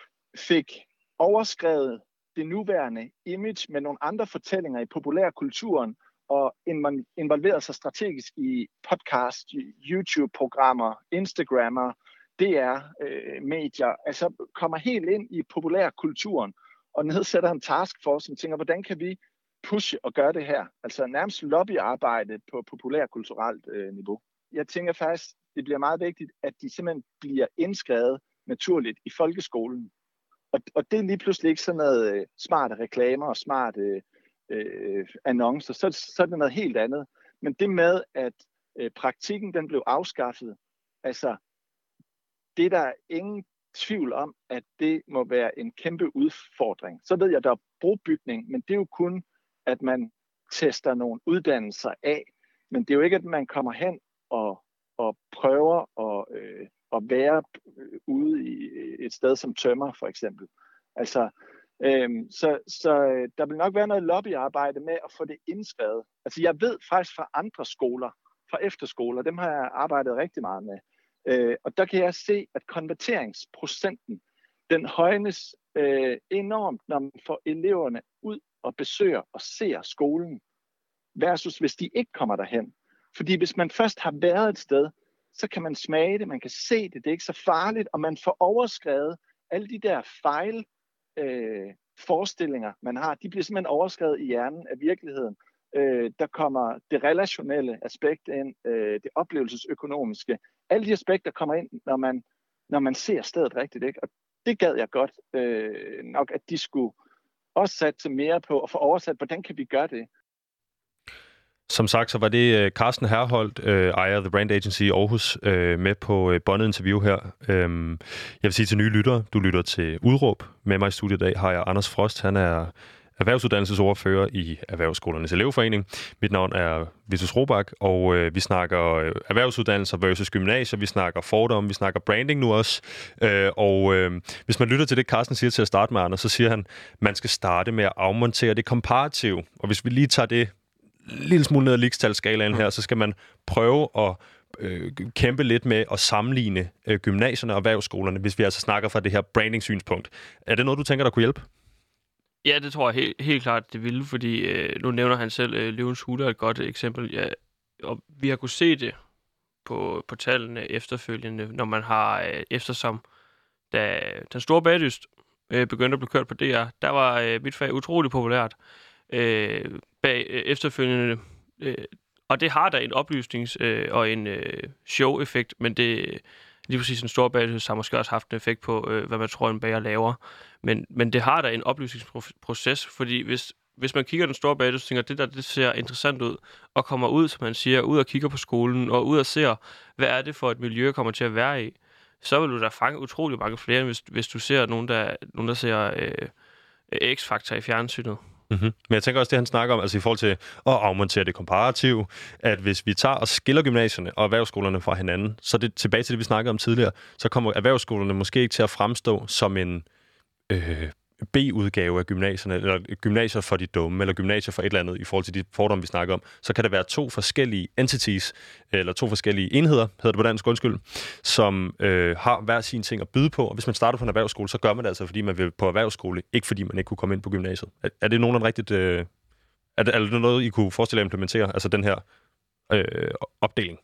fik overskrevet det nuværende image med nogle andre fortællinger i populærkulturen, og involveret sig strategisk i podcast, YouTube-programmer, Instagrammer, D R-medier, øh, altså kommer helt ind i populærkulturen og nedsætter en taskforce, som tænker, hvordan kan vi pushe og gøre det her? Altså nærmest lobbyarbejde på populærkulturelt øh, niveau. Jeg tænker faktisk, det bliver meget vigtigt, at de simpelthen bliver indskrevet naturligt i folkeskolen. Og, og det er lige pludselig ikke sådan noget øh, smarte reklamer og smarte øh, annoncer, så, så er det noget helt andet. Men det med, at øh, praktikken den blev afskaffet, altså det der er ingen tvivl om, at det må være en kæmpe udfordring. Så ved jeg, at der er brobygning, men det er jo kun, at man tester nogle uddannelser af. Men det er jo ikke, at man kommer hen og, og prøver at, øh, at være ude i et sted som tømmer, for eksempel. Altså, øh, så, så der vil nok være noget lobbyarbejde med at få det indskrevet. Altså, jeg ved faktisk fra andre skoler, fra efterskoler, dem har jeg arbejdet rigtig meget med. Øh, og der kan jeg se, at konverteringsprocenten, den højnes øh, enormt, når man får eleverne ud og besøger og ser skolen, versus hvis de ikke kommer derhen. Fordi hvis man først har været et sted, så kan man smage det, man kan se det, det er ikke så farligt, og man får overskrevet alle de der fejl, øh, forestillinger, man har, de bliver simpelthen overskrevet i hjernen af virkeligheden. Øh, der kommer det relationelle aspekt ind, øh, det oplevelsesøkonomiske. Alle de aspekter kommer ind, når man, når man ser stedet rigtigt, ikke? Og det gad jeg godt øh, nok, at de skulle også satse mere på at få oversat, hvordan kan vi gøre det? Som sagt, så var det Carsten Herholdt, øh, ejer The Brand Agency i Aarhus, øh, med på øh, båndet interview her. Øhm, jeg vil sige til nye lyttere, du lytter til Udråb. Med mig i studiet i dag har jeg Anders Frost. Han er erhvervsuddannelsesordfører i Erhvervsskolernes Elevforening. Mit navn er Vitus Robak, og øh, vi snakker øh, erhvervsuddannelser versus gymnasier. Vi snakker fordomme, vi snakker branding nu også. Øh, og øh, hvis man lytter til det, Carsten siger til at starte med, Anders, så siger han, man skal starte med at afmontere det komparative. Og hvis vi lige tager det lille smule ned ad ligestalskalaen her, så skal man prøve at øh, kæmpe lidt med at sammenligne øh, gymnasierne og erhvervsskolerne, hvis vi altså snakker fra det her branding-synspunkt. Er det noget, du tænker, der kunne hjælpe? Ja, det tror jeg helt, helt klart, det ville, fordi øh, nu nævner han selv øh, Løvens Hule er et godt eksempel. Ja, og vi har kunnet se det på, på tallene efterfølgende, når man har, øh, eftersom da den store bagdyst øh, begyndte at blive kørt på D R, der var øh, mit fag utrolig populært. Øh, bag øh, efterfølgende, øh, og det har da en oplysnings- øh, og en øh, show-effekt, men det lige præcis en stor bagdyst har måske også haft en effekt på, øh, hvad man tror, en bager laver. Men, men det har da en oplysningsproces, fordi hvis, hvis man kigger den store bagdyst og tænker, det der det ser interessant ud, og kommer ud, som man siger, ud og kigger på skolen, og ud og ser, hvad er det for et miljø, kommer til at være i, så vil du da fange utrolig mange flere, end hvis, hvis du ser nogen, der, nogen, der ser øh, X-Factor i fjernsynet. Mm-hmm. Men jeg tænker også det, han snakker om, altså i forhold til at afmontere det komparative, at hvis vi tager og skiller gymnasierne og erhvervsskolerne fra hinanden, så det tilbage til det, vi snakkede om tidligere, så kommer erhvervsskolerne måske ikke til at fremstå som en øh, B-udgave af gymnasierne, eller gymnasier for de dumme, eller gymnasier for et eller andet, i forhold til de fordomme, vi snakker om. Så kan det være to forskellige entities, eller to forskellige enheder, hedder det på dansk, undskyld, som øh, har hver sin ting at byde på. Og hvis man starter på en erhvervsskole, så gør man det altså, fordi man vil på erhvervsskole, ikke fordi man ikke kunne komme ind på gymnasiet. Er, er det nogenlunde rigtigt? Øh, er, det, er det noget, I kunne forestille jer at implementere, altså den her øh, opdeling?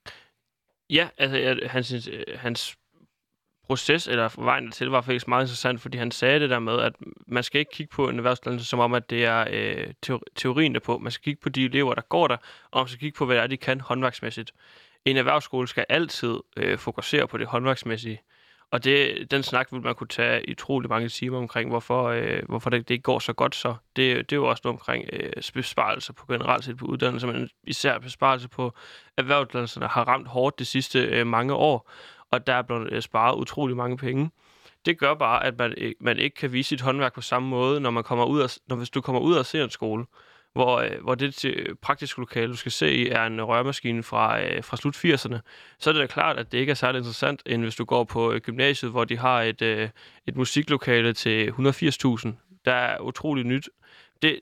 Ja, altså hans, hans proces, eller vejen til, var faktisk meget interessant, fordi han sagde det der med, at man skal ikke kigge på en erhvervsuddannelse som om, at det er øh, teorien derpå. Man skal kigge på de elever, der går der, og man skal kigge på, hvad det er, de kan håndværksmæssigt. En erhvervsskole skal altid øh, fokusere på det håndværksmæssige. Og det, den snak vil man kunne tage i utrolig mange timer omkring, hvorfor, øh, hvorfor det, det ikke går så godt så. Det, det er jo også noget omkring øh, besparelser på generelt set på uddannelser, men især besparelser på erhvervsuddannelserne har ramt hårdt de sidste øh, mange år, og der er blevet sparet utrolig mange penge. Det gør bare, at man, man ikke kan vise sit håndværk på samme måde, når man kommer ud af, når hvis du kommer ud og ser en skole, hvor, hvor det til praktiske lokale, du skal se i, er en rørmaskine fra, fra slut firserne, så er det da klart, at det ikke er særlig interessant, end hvis du går på gymnasiet, hvor de har et, et musiklokale til et hundrede og firs tusind. Der er utrolig nyt. Det,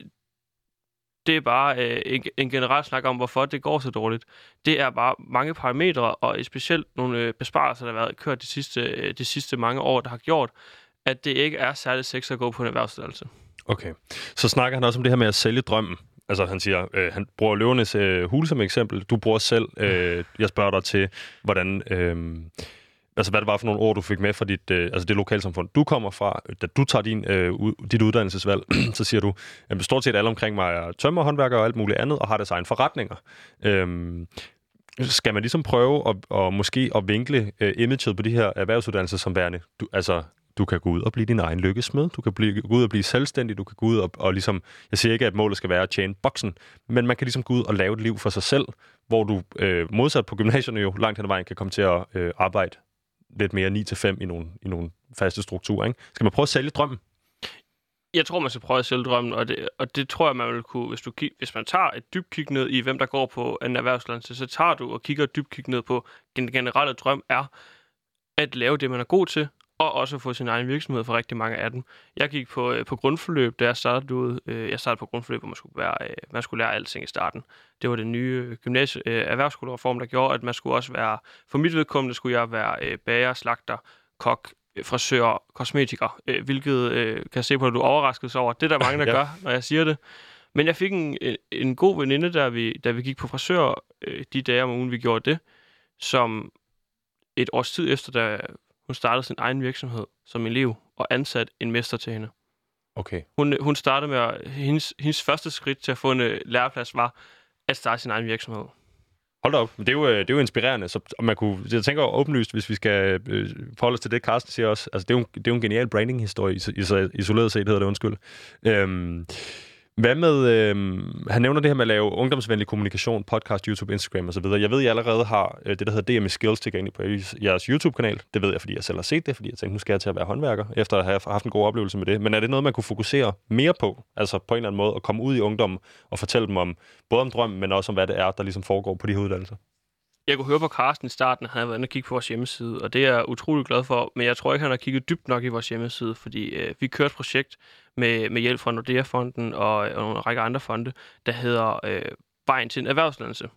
det er bare øh, en, en generel snak om, hvorfor det går så dårligt. Det er bare mange parametre, og specielt nogle øh, besparelser, der har været kørt de sidste, øh, de sidste mange år, der har gjort, at det ikke er særlig sexet at gå på en erhvervsuddannelse. Okay. Så snakker han også om det her med at sælge drømmen. Altså han siger, øh, han bruger Løvernes øh, Hule som eksempel. Du bruger selv, øh, jeg spørger dig til, hvordan... Øh, altså hvad det var for nogle ord, du fik med fra dit, øh, altså det lokalsamfund, du kommer fra. Da du tager din, øh, dit uddannelsesvalg, så siger du, at stort set alle omkring mig er tømmerhåndværkere og alt muligt andet, og har deres egen forretninger. Øhm, skal man ligesom prøve at, og måske at vinkle øh, imaget på de her erhvervsuddannelser som værende? Du, altså, du kan gå ud og blive din egen lykkesmed, du kan blive, gå ud og blive selvstændig, du kan gå ud og, og ligesom, jeg siger ikke, at målet skal være at tjene boksen, men man kan ligesom gå ud og lave et liv for sig selv, hvor du øh, modsat på gymnasierne jo langt hen ad vejen kan komme til at øh, arbejde lidt mere ni til fem i nogle, i nogle faste strukturer, ikke? Skal man prøve at sælge drømmen? Jeg tror, man skal prøve at sælge drømmen, og det, og det tror jeg, man vil kunne, hvis, du, hvis man tager et dybt kig ned i, hvem der går på en erhvervsuddannelse, så tager du og kigger et dybt kig ned på, den generelle drøm er at lave det, man er god til, og også få sin egen virksomhed for rigtig mange af dem. Jeg gik på, øh, på grundforløb, da jeg startede ud. Øh, jeg startede på grundforløb, hvor man skulle, være, øh, man skulle lære alting i starten. Det var den nye gymnasie, øh, erhvervsskolereform, der gjorde, at man skulle også være, for mit vedkommende skulle jeg være øh, bager, slagter, kok, frisør, kosmetiker, øh, hvilket øh, kan jeg se på, at du er overrasket over. Det er der mange, der ja. gør, når jeg siger det. Men jeg fik en, en god veninde, da vi, da vi gik på frisør, øh, de dage om ugen, vi gjorde det, som et års tid efter, da hun startede sin egen virksomhed som elev og ansat en mester til hende. Okay. Hun, hun startede med, at hendes, hendes første skridt til at få en læreplads var at starte sin egen virksomhed. Hold da op. Det er jo, det er jo inspirerende. Så man kunne, jeg tænker åbenlyst, hvis vi skal øh, forholde os til det, Carsten siger også. Altså, det er jo, det er jo en genial branding-historie, isoleret set hedder det, undskyld. Øhm, Hvad med, øh, han nævner det her med at lave ungdomsvenlig kommunikation, podcast, YouTube, Instagram osv. Jeg ved, at I allerede har øh, det, der hedder D M I Skills tilgængeligt på jeres YouTube-kanal. Det ved jeg, fordi jeg selv har set det, fordi jeg tænkte, nu skal jeg til at være håndværker, efter at have haft en god oplevelse med det. Men er det noget, man kunne fokusere mere på? Altså på en eller anden måde at komme ud i ungdommen og fortælle dem om, både om drømmen, men også om, hvad det er, der ligesom foregår på de her uddannelser? Jeg kunne høre på Carsten i starten, at han havde været inde og kigge på vores hjemmeside, og det er jeg utrolig glad for, men jeg tror ikke, han har kigget dybt nok i vores hjemmeside, fordi øh, vi kørte et projekt med, med hjælp fra Nordea-fonden og, og en række andre fonde, der hedder øh, Vejen til en erhvervsuddannelse.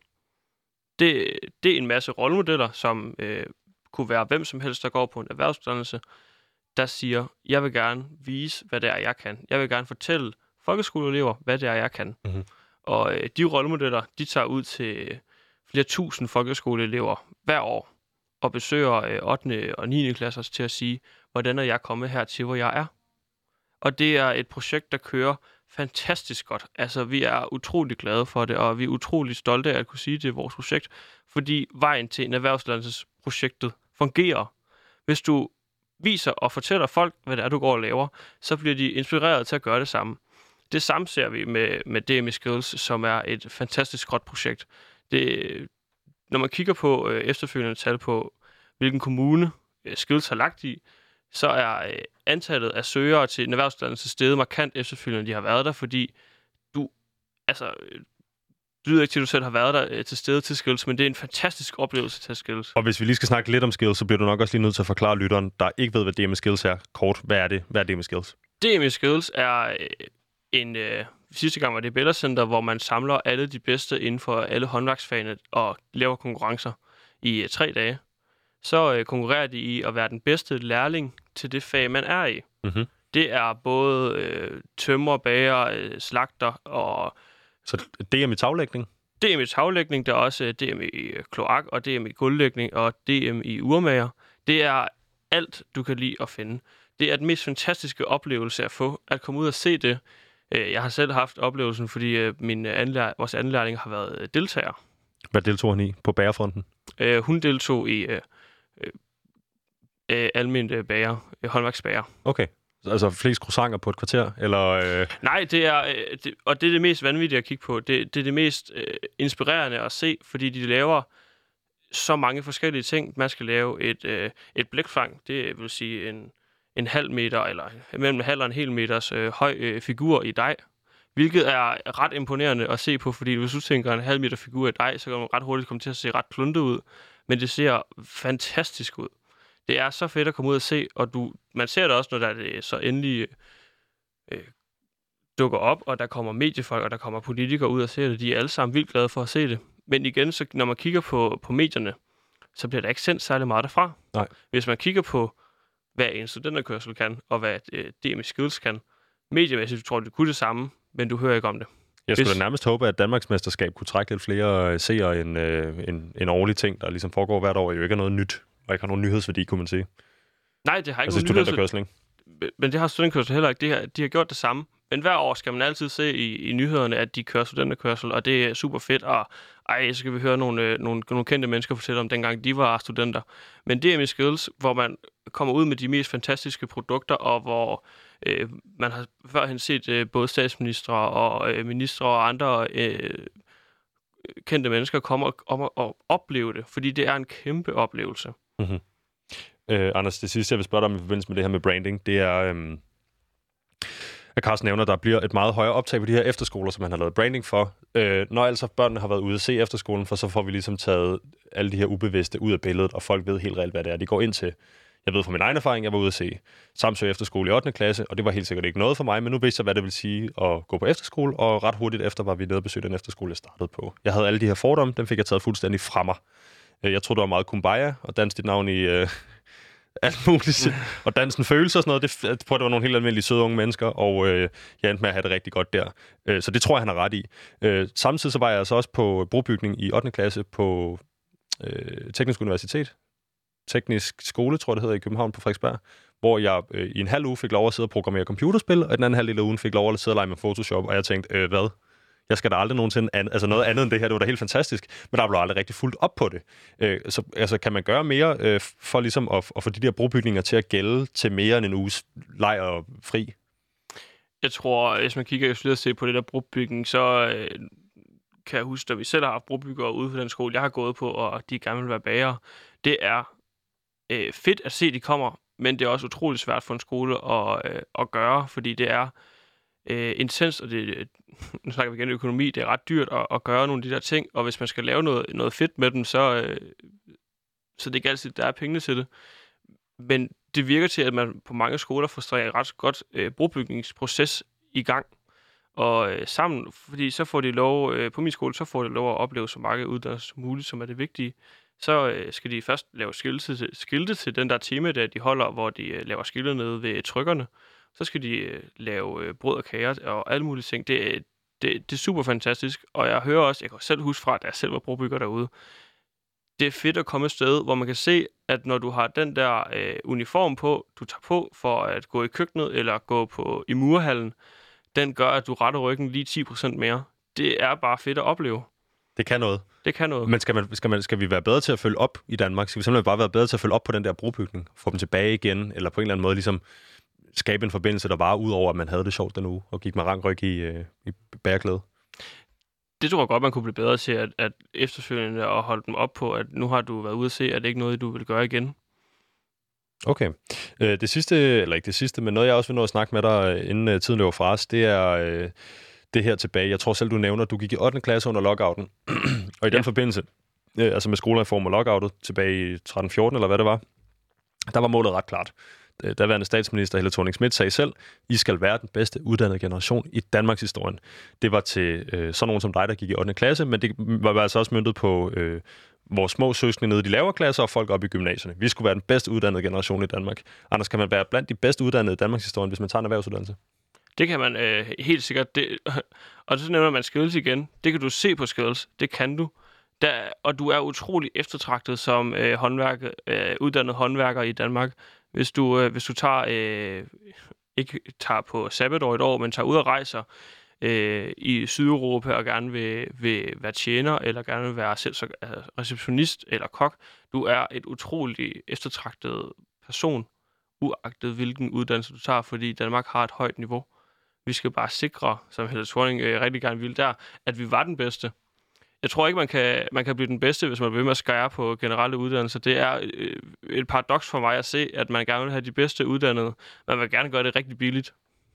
Det, det er en masse rollemodeller, som øh, kunne være hvem som helst, der går på en erhvervsuddannelse, der siger, jeg vil gerne vise, hvad det er, jeg kan. Jeg vil gerne fortælle folkeskoleelever, hvad det er, jeg kan. Mm-hmm. Og øh, de rollemodeller, de tager ud til flere tusind folkeskoleelever hver år og besøger øh, ottende og niende klasser til at sige, hvordan er jeg kommet hertil, hvor jeg er. Og det er et projekt, der kører fantastisk godt. Altså, vi er utrolig glade for det, og vi er utrolig stolte af at kunne sige, det er vores projekt, fordi vejen til en erhvervsuddannelsesprojektet fungerer. Hvis du viser og fortæller folk, hvad det er, du går og laver, så bliver de inspireret til at gøre det samme. Det samme ser vi med, med D M I Skills, som er et fantastisk godt projekt. Det, når man kigger på øh, efterfølgende tal på, hvilken kommune øh, Skills har lagt i, så er øh, antallet af søgere til en erhvervsuddannelse steget markant efterfølgende, de har været der, fordi du, altså, det lyder ikke til, at du selv har været der øh, til stede til Skills, men det er en fantastisk oplevelse til Skills. Og hvis vi lige skal snakke lidt om Skills, så bliver du nok også lige nødt til at forklare lytteren, der ikke ved, hvad D M I Skills er, kort. Hvad er det? Hvad er D M I Skills? D M I Skills er øh, en... Øh, sidste gang var det Bellacenter, hvor man samler alle de bedste inden for alle håndværksfagene og laver konkurrencer i øh, tre dage. Så øh, konkurrerer de i at være den bedste lærling til det fag, man er i. Mm-hmm. Det er både øh, tømrer, bager, øh, slagter og... Så D M I taglægning? D M I taglægning, der er også D M I kloak og D M I gulvlægning og D M I urmager. Det er alt, du kan lide at finde. Det er den mest fantastiske oplevelse at få, at komme ud og se det. Jeg har selv haft oplevelsen, fordi min anlær- vores anlærling har været deltager. Hvad deltog han i på bagerfronten? Uh, hun deltog i uh, uh, almindeligt bager, uh, håndværksbager. Okay, altså flest croissanter på et kvarter? Eller, uh... Nej, det er, uh, det, og det er det mest vanvittige at kigge på. Det, det er det mest uh, inspirerende at se, fordi de laver så mange forskellige ting. Man skal lave et, uh, et blækfang, det vil sige en... en halv meter, eller mellem en halv og en hel meters øh, høj øh, figur i dej, hvilket er ret imponerende at se på, fordi hvis du tænker en halv meter figur i dej, så kan man ret hurtigt komme til at se ret kluntet ud, men det ser fantastisk ud. Det er så fedt at komme ud og se, og du, man ser det også, når der det så endelig øh, dukker op, og der kommer mediefolk, og der kommer politikere ud og ser det. De er alle sammen vildt glade for at se det. Men igen, så når man kigger på, på medierne, så bliver der ikke sendt særlig meget derfra. Nej. Hvis man kigger på hvad en studenterkørsel kan, og hvad øh, D M I Skills kan. Mediemæssigt tror du, det kunne det samme, men du hører ikke om det. Jeg skulle Hvis... da nærmest håbe, at Danmarks mesterskab kunne trække lidt flere seere end øh, en, en årlig ting, der ligesom foregår hvert år, jo ikke er noget nyt, og ikke har nogen nyhedsværdi, kunne man sige. Nej, det har ikke altså, nogen nyhedsværdi. Men det har studenterkørsel heller ikke. De har, de har gjort det samme. Men hver år skal man altid se i, i nyhederne, at de kører studenterkørsel, og det er super fedt, og ej, så skal vi høre nogle, øh, nogle, nogle kendte mennesker fortælle om, dengang de var studenter. Men D M I Skills, hvor man kommer ud med de mest fantastiske produkter, og hvor øh, man har førhen set øh, både statsministre og øh, ministre og andre øh, kendte mennesker komme og, og, og opleve det, fordi det er en kæmpe oplevelse. Mm-hmm. Øh, Anders, det sidste, jeg vil spørge dig om i forbindelse med det her med branding, det er... Øh... at Carsten nævner, at der bliver et meget højere optag på de her efterskoler, som han har lavet branding for. Øh, når altså børnene har været ude at se efterskolen, for så får vi ligesom taget alle de her ubevidste ud af billedet, og folk ved helt reelt, hvad det er, de går ind til. Jeg ved fra min egen erfaring, jeg var ude at se Samsø Efterskole i ottende klasse, og det var helt sikkert ikke noget for mig, men nu vidste jeg, hvad det vil sige at gå på efterskole, og ret hurtigt efter var vi nede og besøgte den efterskole, jeg startede på. Jeg havde alle de her fordomme, dem fik jeg taget fuldstændig fra mig. Jeg troede, det var meget kumbaya, og danse dit navn i øh, alt muligt, og dansen følelser og sådan noget. Det, jeg tror, det var nogle helt almindelige søde unge mennesker, og øh, jeg endte med at have det rigtig godt der. Øh, så det tror jeg, han har ret i. Øh, samtidig så var jeg altså også på brobygning i ottende klasse på øh, Teknisk Universitet. Teknisk skole, tror jeg, det hedder, i København på Frederiksberg, hvor jeg øh, i en halv uge fik lov at sidde og programmere computerspil, og i den anden halv af ugen fik lov at sidde og lege med Photoshop, og jeg tænkte, øh, hvad? Jeg skal da aldrig nogensinde an- altså noget andet end det her, det var da helt fantastisk, men der blev aldrig rigtig fuldt op på det. Øh, så altså, kan man gøre mere øh, for ligesom at, at få de der brobygninger til at gælde til mere end en uges leg og fri? Jeg tror, hvis man kigger lidt se på det der brobygning, så øh, kan jeg huske, at vi selv har haft brobyggere ude på den skole, jeg har gået på, og de gerne vil være bagere. Det er øh, fedt at se, at de kommer, men det er også utroligt svært for en skole at, øh, at gøre, fordi det er øh, intens, og det, nu snakker vi igen økonomi, det er ret dyrt at, at gøre nogle af de der ting, og hvis man skal lave noget, noget fedt med dem, så, øh, så det er ikke altid, der er pengene til det. Men det virker til, at man på mange skoler får et ret godt øh, brobygningsproces i gang, og øh, sammen, fordi så får de lov, øh, på min skole, så får de lov at opleve så mange uddannelser som muligt, som er det vigtige. Så øh, skal de først lave skilte til, skilte til den der tema, der de holder, hvor de øh, laver skilte nede ved trykkerne. Så skal de øh, lave øh, brød og kager og alle mulige ting. Det, det, det er super fantastisk, og jeg hører også, jeg kan selv huske fra, at jeg selv var brobygger derude, det er fedt at komme et sted, hvor man kan se, at når du har den der øh, uniform på, du tager på for at gå i køkkenet eller gå på i murhallen, den gør, at du retter ryggen lige ti procent mere. Det er bare fedt at opleve. Det kan noget. Det kan noget. Men skal, man, skal, man, skal vi være bedre til at følge op i Danmark? Skal vi simpelthen bare være bedre til at følge op på den der brobygning? Få dem tilbage igen? Eller på en eller anden måde ligesom skabe en forbindelse, der var ud over, at man havde det sjovt den uge, og gik med rangryg i, øh, i bæreglæde? Det tror jeg godt, man kunne blive bedre til at, at efterfølgende og holde dem op på, at nu har du været ude at se, at det ikke er noget, du vil gøre igen. Okay. Det sidste, eller ikke det sidste, men noget, jeg også vil nå at snakke med dig, inden tiden løber fra os, det er øh, det her tilbage. Jeg tror selv, du nævner, at du gik i ottende klasse under lockouten. Og i den ja. forbindelse, øh, altså med skolereform og lockoutet tilbage i tretten fjorten, eller hvad det var, der var målet ret klart. Daværende statsminister Helle Thorning-Schmidt sagde selv, I skal være den bedste uddannede generation i Danmarks historien. Det var til øh, sådan nogen som dig, der gik i ottende klasse, men det var altså også møntet på øh, vores små søskende nede i de lavere klasser og folk op i gymnasierne. Vi skulle være den bedste uddannede generation i Danmark. Anders, kan man være blandt de bedste uddannede i Danmarks historie, hvis man tager en erhvervsuddannelse? Det kan man øh, helt sikkert. Det, og så nævner man skills igen. Det kan du se på skills. Det kan du. Der, og du er utrolig eftertragtet som øh, håndværker, øh, uddannet håndværker i Danmark. Hvis du, øh, hvis du tager, øh, ikke tager på sabbatår et år, men tager ud og rejser øh, i Sydeuropa og gerne vil, vil være tjener, eller gerne vil være selv så, altså, receptionist eller kok, du er et utroligt eftertragtet person, uagtet hvilken uddannelse du tager, fordi Danmark har et højt niveau. Vi skal bare sikre, som Helle Thorning øh, rigtig gerne ville der, at vi var den bedste. Jeg tror ikke, man kan, man kan blive den bedste, hvis man vil med at skære på generelle uddannelser. Det er øh, et paradoks for mig at se, at man gerne vil have de bedste uddannede, men man vil gerne gøre det rigtig billigt.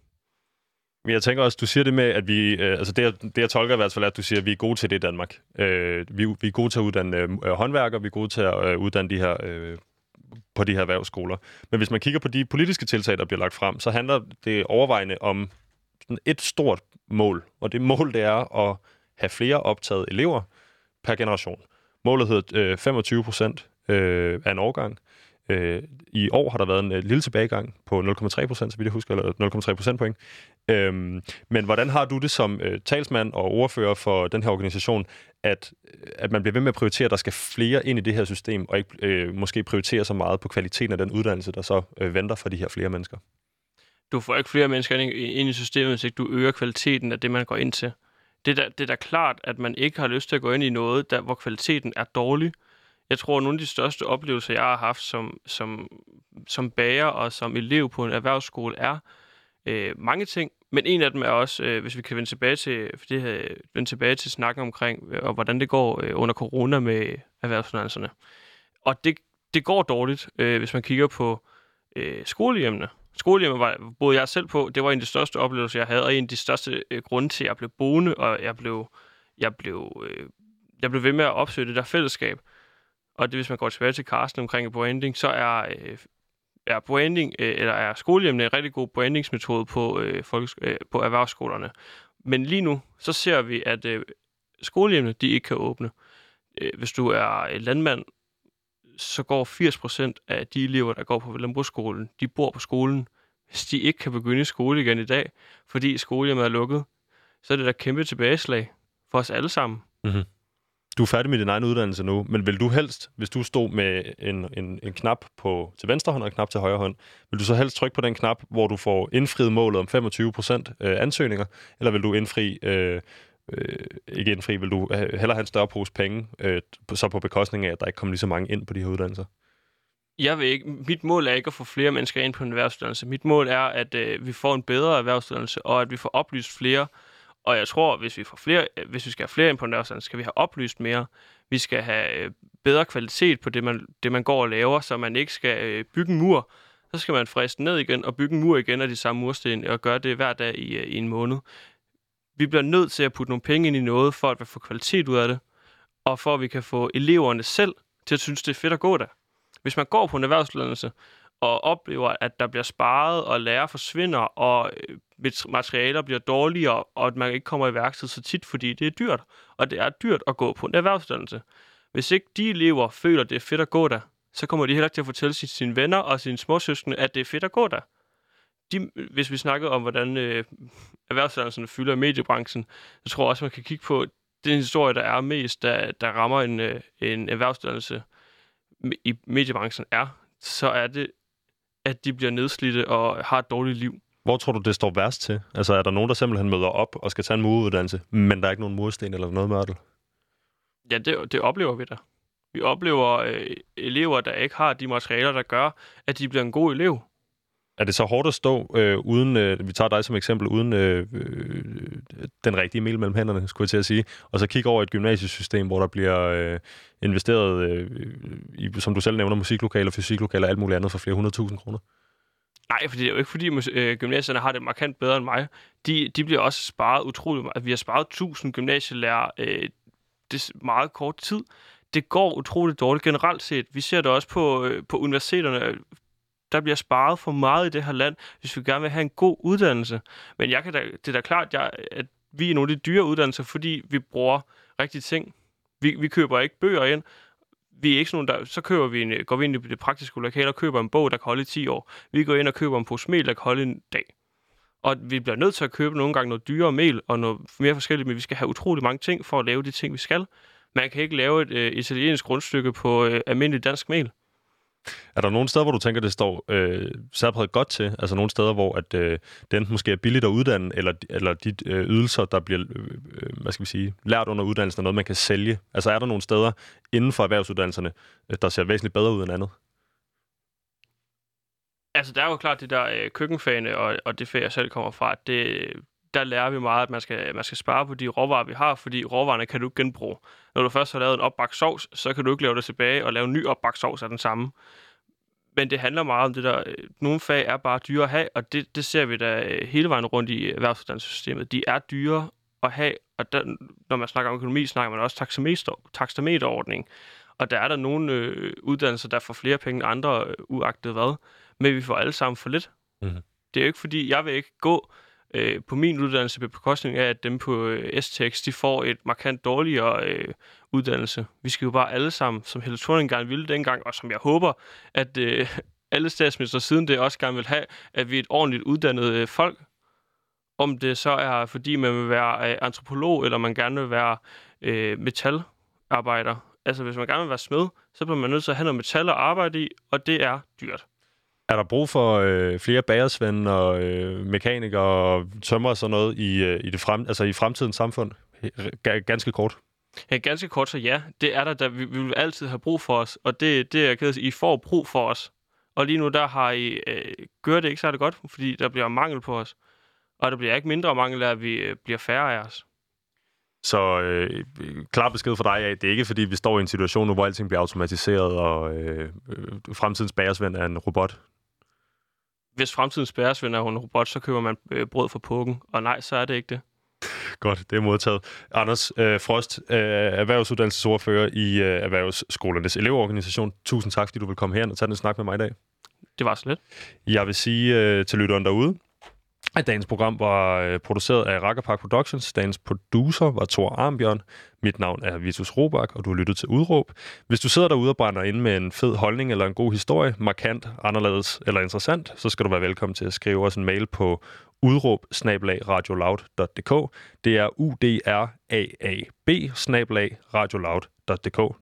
Men jeg tænker også, du siger det med, at vi, øh, altså det, det jeg tolker i hvert fald, at du siger, at vi er gode til det i Danmark. Øh, vi, vi er gode til at uddanne øh, håndværkere, vi er gode til at øh, uddanne de her, øh, på de her erhvervsskoler. Men hvis man kigger på de politiske tiltag, der bliver lagt frem, så handler det overvejende om sådan et stort mål, og det mål, det er at have flere optaget elever per generation. Målet hedder øh, femogtyve procent øh, af en årgang. Øh, I år har der været en øh, lille tilbagegang på nul komma tre procent, så vidt jeg husker, eller nul komma tre procentpoint. Øhm, men hvordan har du det som øh, talsmand og ordfører for den her organisation, at, at man bliver ved med at prioritere, at der skal flere ind i det her system, og ikke øh, måske prioritere så meget på kvaliteten af den uddannelse, der så øh, venter for de her flere mennesker? Du får ikke flere mennesker ind i systemet, hvis ikke du øger kvaliteten af det, man går ind til. Det er, da, det er da klart, at man ikke har lyst til at gå ind i noget, der, hvor kvaliteten er dårlig. Jeg tror, at nogle af de største oplevelser, jeg har haft som, som, som bager og som elev på en erhvervsskole, er øh, mange ting. Men en af dem er også, øh, hvis vi kan vende tilbage til, for det her, vende tilbage til snakken omkring, øh, og hvordan det går øh, under corona med erhvervsuddannelserne. Og det, det går dårligt, øh, hvis man kigger på øh, skolehjemmene. Skolehjemmet var, boede jeg selv på, det var en af de største oplevelser, jeg havde, og en af de største øh, grunde til, at jeg blev boende, og jeg blev, jeg blev, øh, jeg blev ved med at opsøge det der fællesskab. Og det, hvis man går tilbage til Carsten omkring branding, så er øh, er branding, øh, eller er skolehjemmene en rigtig god brandingsmetode på, øh, folkes- øh, på erhvervsskolerne. Men lige nu, så ser vi, at øh, skolehjemmene, de ikke kan åbne. Øh, hvis du er landmand, så går firs procent af de elever, der går på landbrugsskolen, de bor på skolen. Hvis de ikke kan begynde i skole igen i dag, fordi skolehjemmet er lukket, så er det da kæmpe tilbageslag for os alle sammen. Mm-hmm. Du er færdig med din egen uddannelse nu, men vil du helst, hvis du stod med en, en, en knap på, til venstre hånd og en knap til højre hånd, vil du så helst trykke på den knap, hvor du får indfriet målet om femogtyve procent øh, ansøgninger, eller vil du indfri, øh, øh, ikke indfri, vil du hellere have en større pose penge, øh, så på bekostning af, at der ikke kommer lige så mange ind på de her uddannelser? Jeg vil ikke, mit mål er ikke at få flere mennesker ind på en erhvervsuddannelse. Mit mål er, at øh, vi får en bedre erhvervsuddannelse, og at vi får oplyst flere. Og jeg tror, hvis vi får flere, hvis vi skal have flere ind på en erhvervsuddannelse, skal vi have oplyst mere. Vi skal have øh, bedre kvalitet på det man, det, man går og laver, så man ikke skal øh, bygge en mur. Så skal man friste ned igen og bygge en mur igen af de samme mursten, og gøre det hver dag i, øh, i en måned. Vi bliver nødt til at putte nogle penge ind i noget, for at vi får kvalitet ud af det, og for at vi kan få eleverne selv til at synes, det er fedt at gå der. Hvis man går på en erhvervsuddannelse og oplever, at der bliver sparet, og lærer forsvinder, og materialer bliver dårligere, og at man ikke kommer i værksted så tit, fordi det er dyrt. Og det er dyrt at gå på en erhvervsuddannelse. Hvis ikke de elever føler, at det er fedt at gå der, så kommer de heller ikke til at fortælle sine venner og sine småsøskende, at det er fedt at gå der. De, hvis vi snakker om, hvordan øh, erhvervsuddannelserne fylder i mediebranchen, så tror jeg også, man kan kigge på den historie, der er mest, der, der rammer en, øh, en erhvervsuddannelse i mediebranchen er, så er det, at de bliver nedslidte og har et dårligt liv. Hvor tror du, det står værst til? Altså, er der nogen, der simpelthen møder op og skal tage en muruddannelse, men der er ikke nogen mursten eller noget mørtel? Ja, det, det oplever vi da. Vi oplever øh, elever, der ikke har de materialer, der gør, at de bliver en god elev. Er det så hårdt at stå øh, uden, øh, vi tager dig som eksempel, uden øh, øh, den rigtige mel mellem hænderne, skulle jeg til at sige, og så kigge over et gymnasiesystem, hvor der bliver øh, investeret, øh, i, som du selv nævner, musiklokaler, fysiklokaler og alt muligt andet for flere hundrede tusind kroner? Nej, for det er jo ikke fordi, øh, gymnasierne har det markant bedre end mig. De, de bliver også sparet utroligt. At vi har sparet tusind gymnasielærer øh, det er meget kort tid. Det går utroligt dårligt generelt set. Vi ser det også på, øh, på universiteterne. Der bliver sparet for meget i det her land, hvis vi gerne vil have en god uddannelse. Men jeg kan da, det er da klart, jeg, at vi er nogle af de dyre uddannelser, fordi vi bruger rigtige ting. Vi, vi køber ikke bøger ind. Vi er ikke sådan nogle, der, så køber vi en, går vi ind i det praktiske lokale og køber en bog, der kan holde i ti år. Vi går ind og køber en pose mel, der kan holde en dag. Og vi bliver nødt til at købe nogle gange noget dyrere mel og noget mere forskelligt, men vi skal have utrolig mange ting for at lave de ting, vi skal. Man kan ikke lave et øh, italiensk grundstykke på øh, almindelig dansk mel. Er der nogle steder, hvor du tænker, det står øh, særpræget godt til? Altså nogle steder, hvor at, øh, det enten måske er billigt at uddanne, eller, eller de øh, ydelser, der bliver øh, hvad skal vi sige, lært under uddannelsen, er noget, man kan sælge? Altså er der nogle steder inden for erhvervsuddannelserne, øh, der ser væsentligt bedre ud end andet? Altså der er jo klart det der øh, køkkenfagene, og, og det fag, jeg selv kommer fra, det, der lærer vi meget, at man skal, man skal spare på de råvarer, vi har, fordi råvarerne kan du ikke genbruge. Når du først har lavet en opbagt sovs, så kan du ikke lave det tilbage og lave en ny opbagt sovs af den samme. Men det handler meget om det der, nogle fag er bare dyre at have, og det, det ser vi da hele vejen rundt i erhvervsuddannelsessystemet. De er dyre at have, og der, når man snakker om økonomi, snakker man også taxameterordning. Og der er der nogle øh, uddannelser, der får flere penge end andre, øh, uagtet hvad, men vi får alle sammen for lidt. Mm-hmm. Det er jo ikke fordi, jeg vil ikke gå øh, på min uddannelse på bekostning af, at dem på øh, S T X, de får et markant dårligere øh, uddannelse. Vi skal jo bare alle sammen, som Helle Thorning gerne ville dengang, og som jeg håber, at øh, alle statsminister siden det også gerne vil have, at vi er et ordentligt uddannet øh, folk. Om det så er, fordi man vil være øh, antropolog, eller man gerne vil være øh, metalarbejder. Altså, hvis man gerne vil være smed, så bliver man nødt til at have noget metal at arbejde i, og det er dyrt. Er der brug for øh, flere bagersvende og øh, mekanikere og tømrer og sådan noget i, øh, i, det frem, altså i fremtidens samfund? G- ganske kort. Ja, ganske kort, så ja. Det er der, der vi, vi vil altid have brug for os, og det, det er jeg ked af, I får brug for os. Og lige nu, der har I øh, gør det ikke særlig godt, fordi der bliver mangel på os. Og der bliver ikke mindre mangel af, at vi øh, bliver færre af os. Så øh, klar besked for dig af, det er ikke fordi, vi står i en situation nu, hvor alting bliver automatiseret, og øh, øh, fremtidens bagersvend er en robot. Hvis fremtidens bagersvend er en robot, så køber man øh, brød fra pukken, og nej, så er det ikke det. Godt, det er modtaget. Anders øh, Frost, øh, erhvervsuddannelsesordfører i øh, Erhvervsskolernes Elevorganisation. Tusind tak, fordi du vil komme her og tage en snak med mig i dag. det var så lidt. Jeg vil sige øh, til lytteren derude, at dagens program var øh, produceret af Rakkerpark Productions. Dagens producer var Thor Armbjørn. Mit navn er Vitus Robak, og du har lyttet til Udråb. Hvis du sidder derude og brænder inde med en fed holdning eller en god historie, markant, anderledes eller interessant, så skal du være velkommen til at skrive os en mail på udråb snabel-a radioloud punktum d k. Det er U D R A A B snabel-a radioloud punktum d k.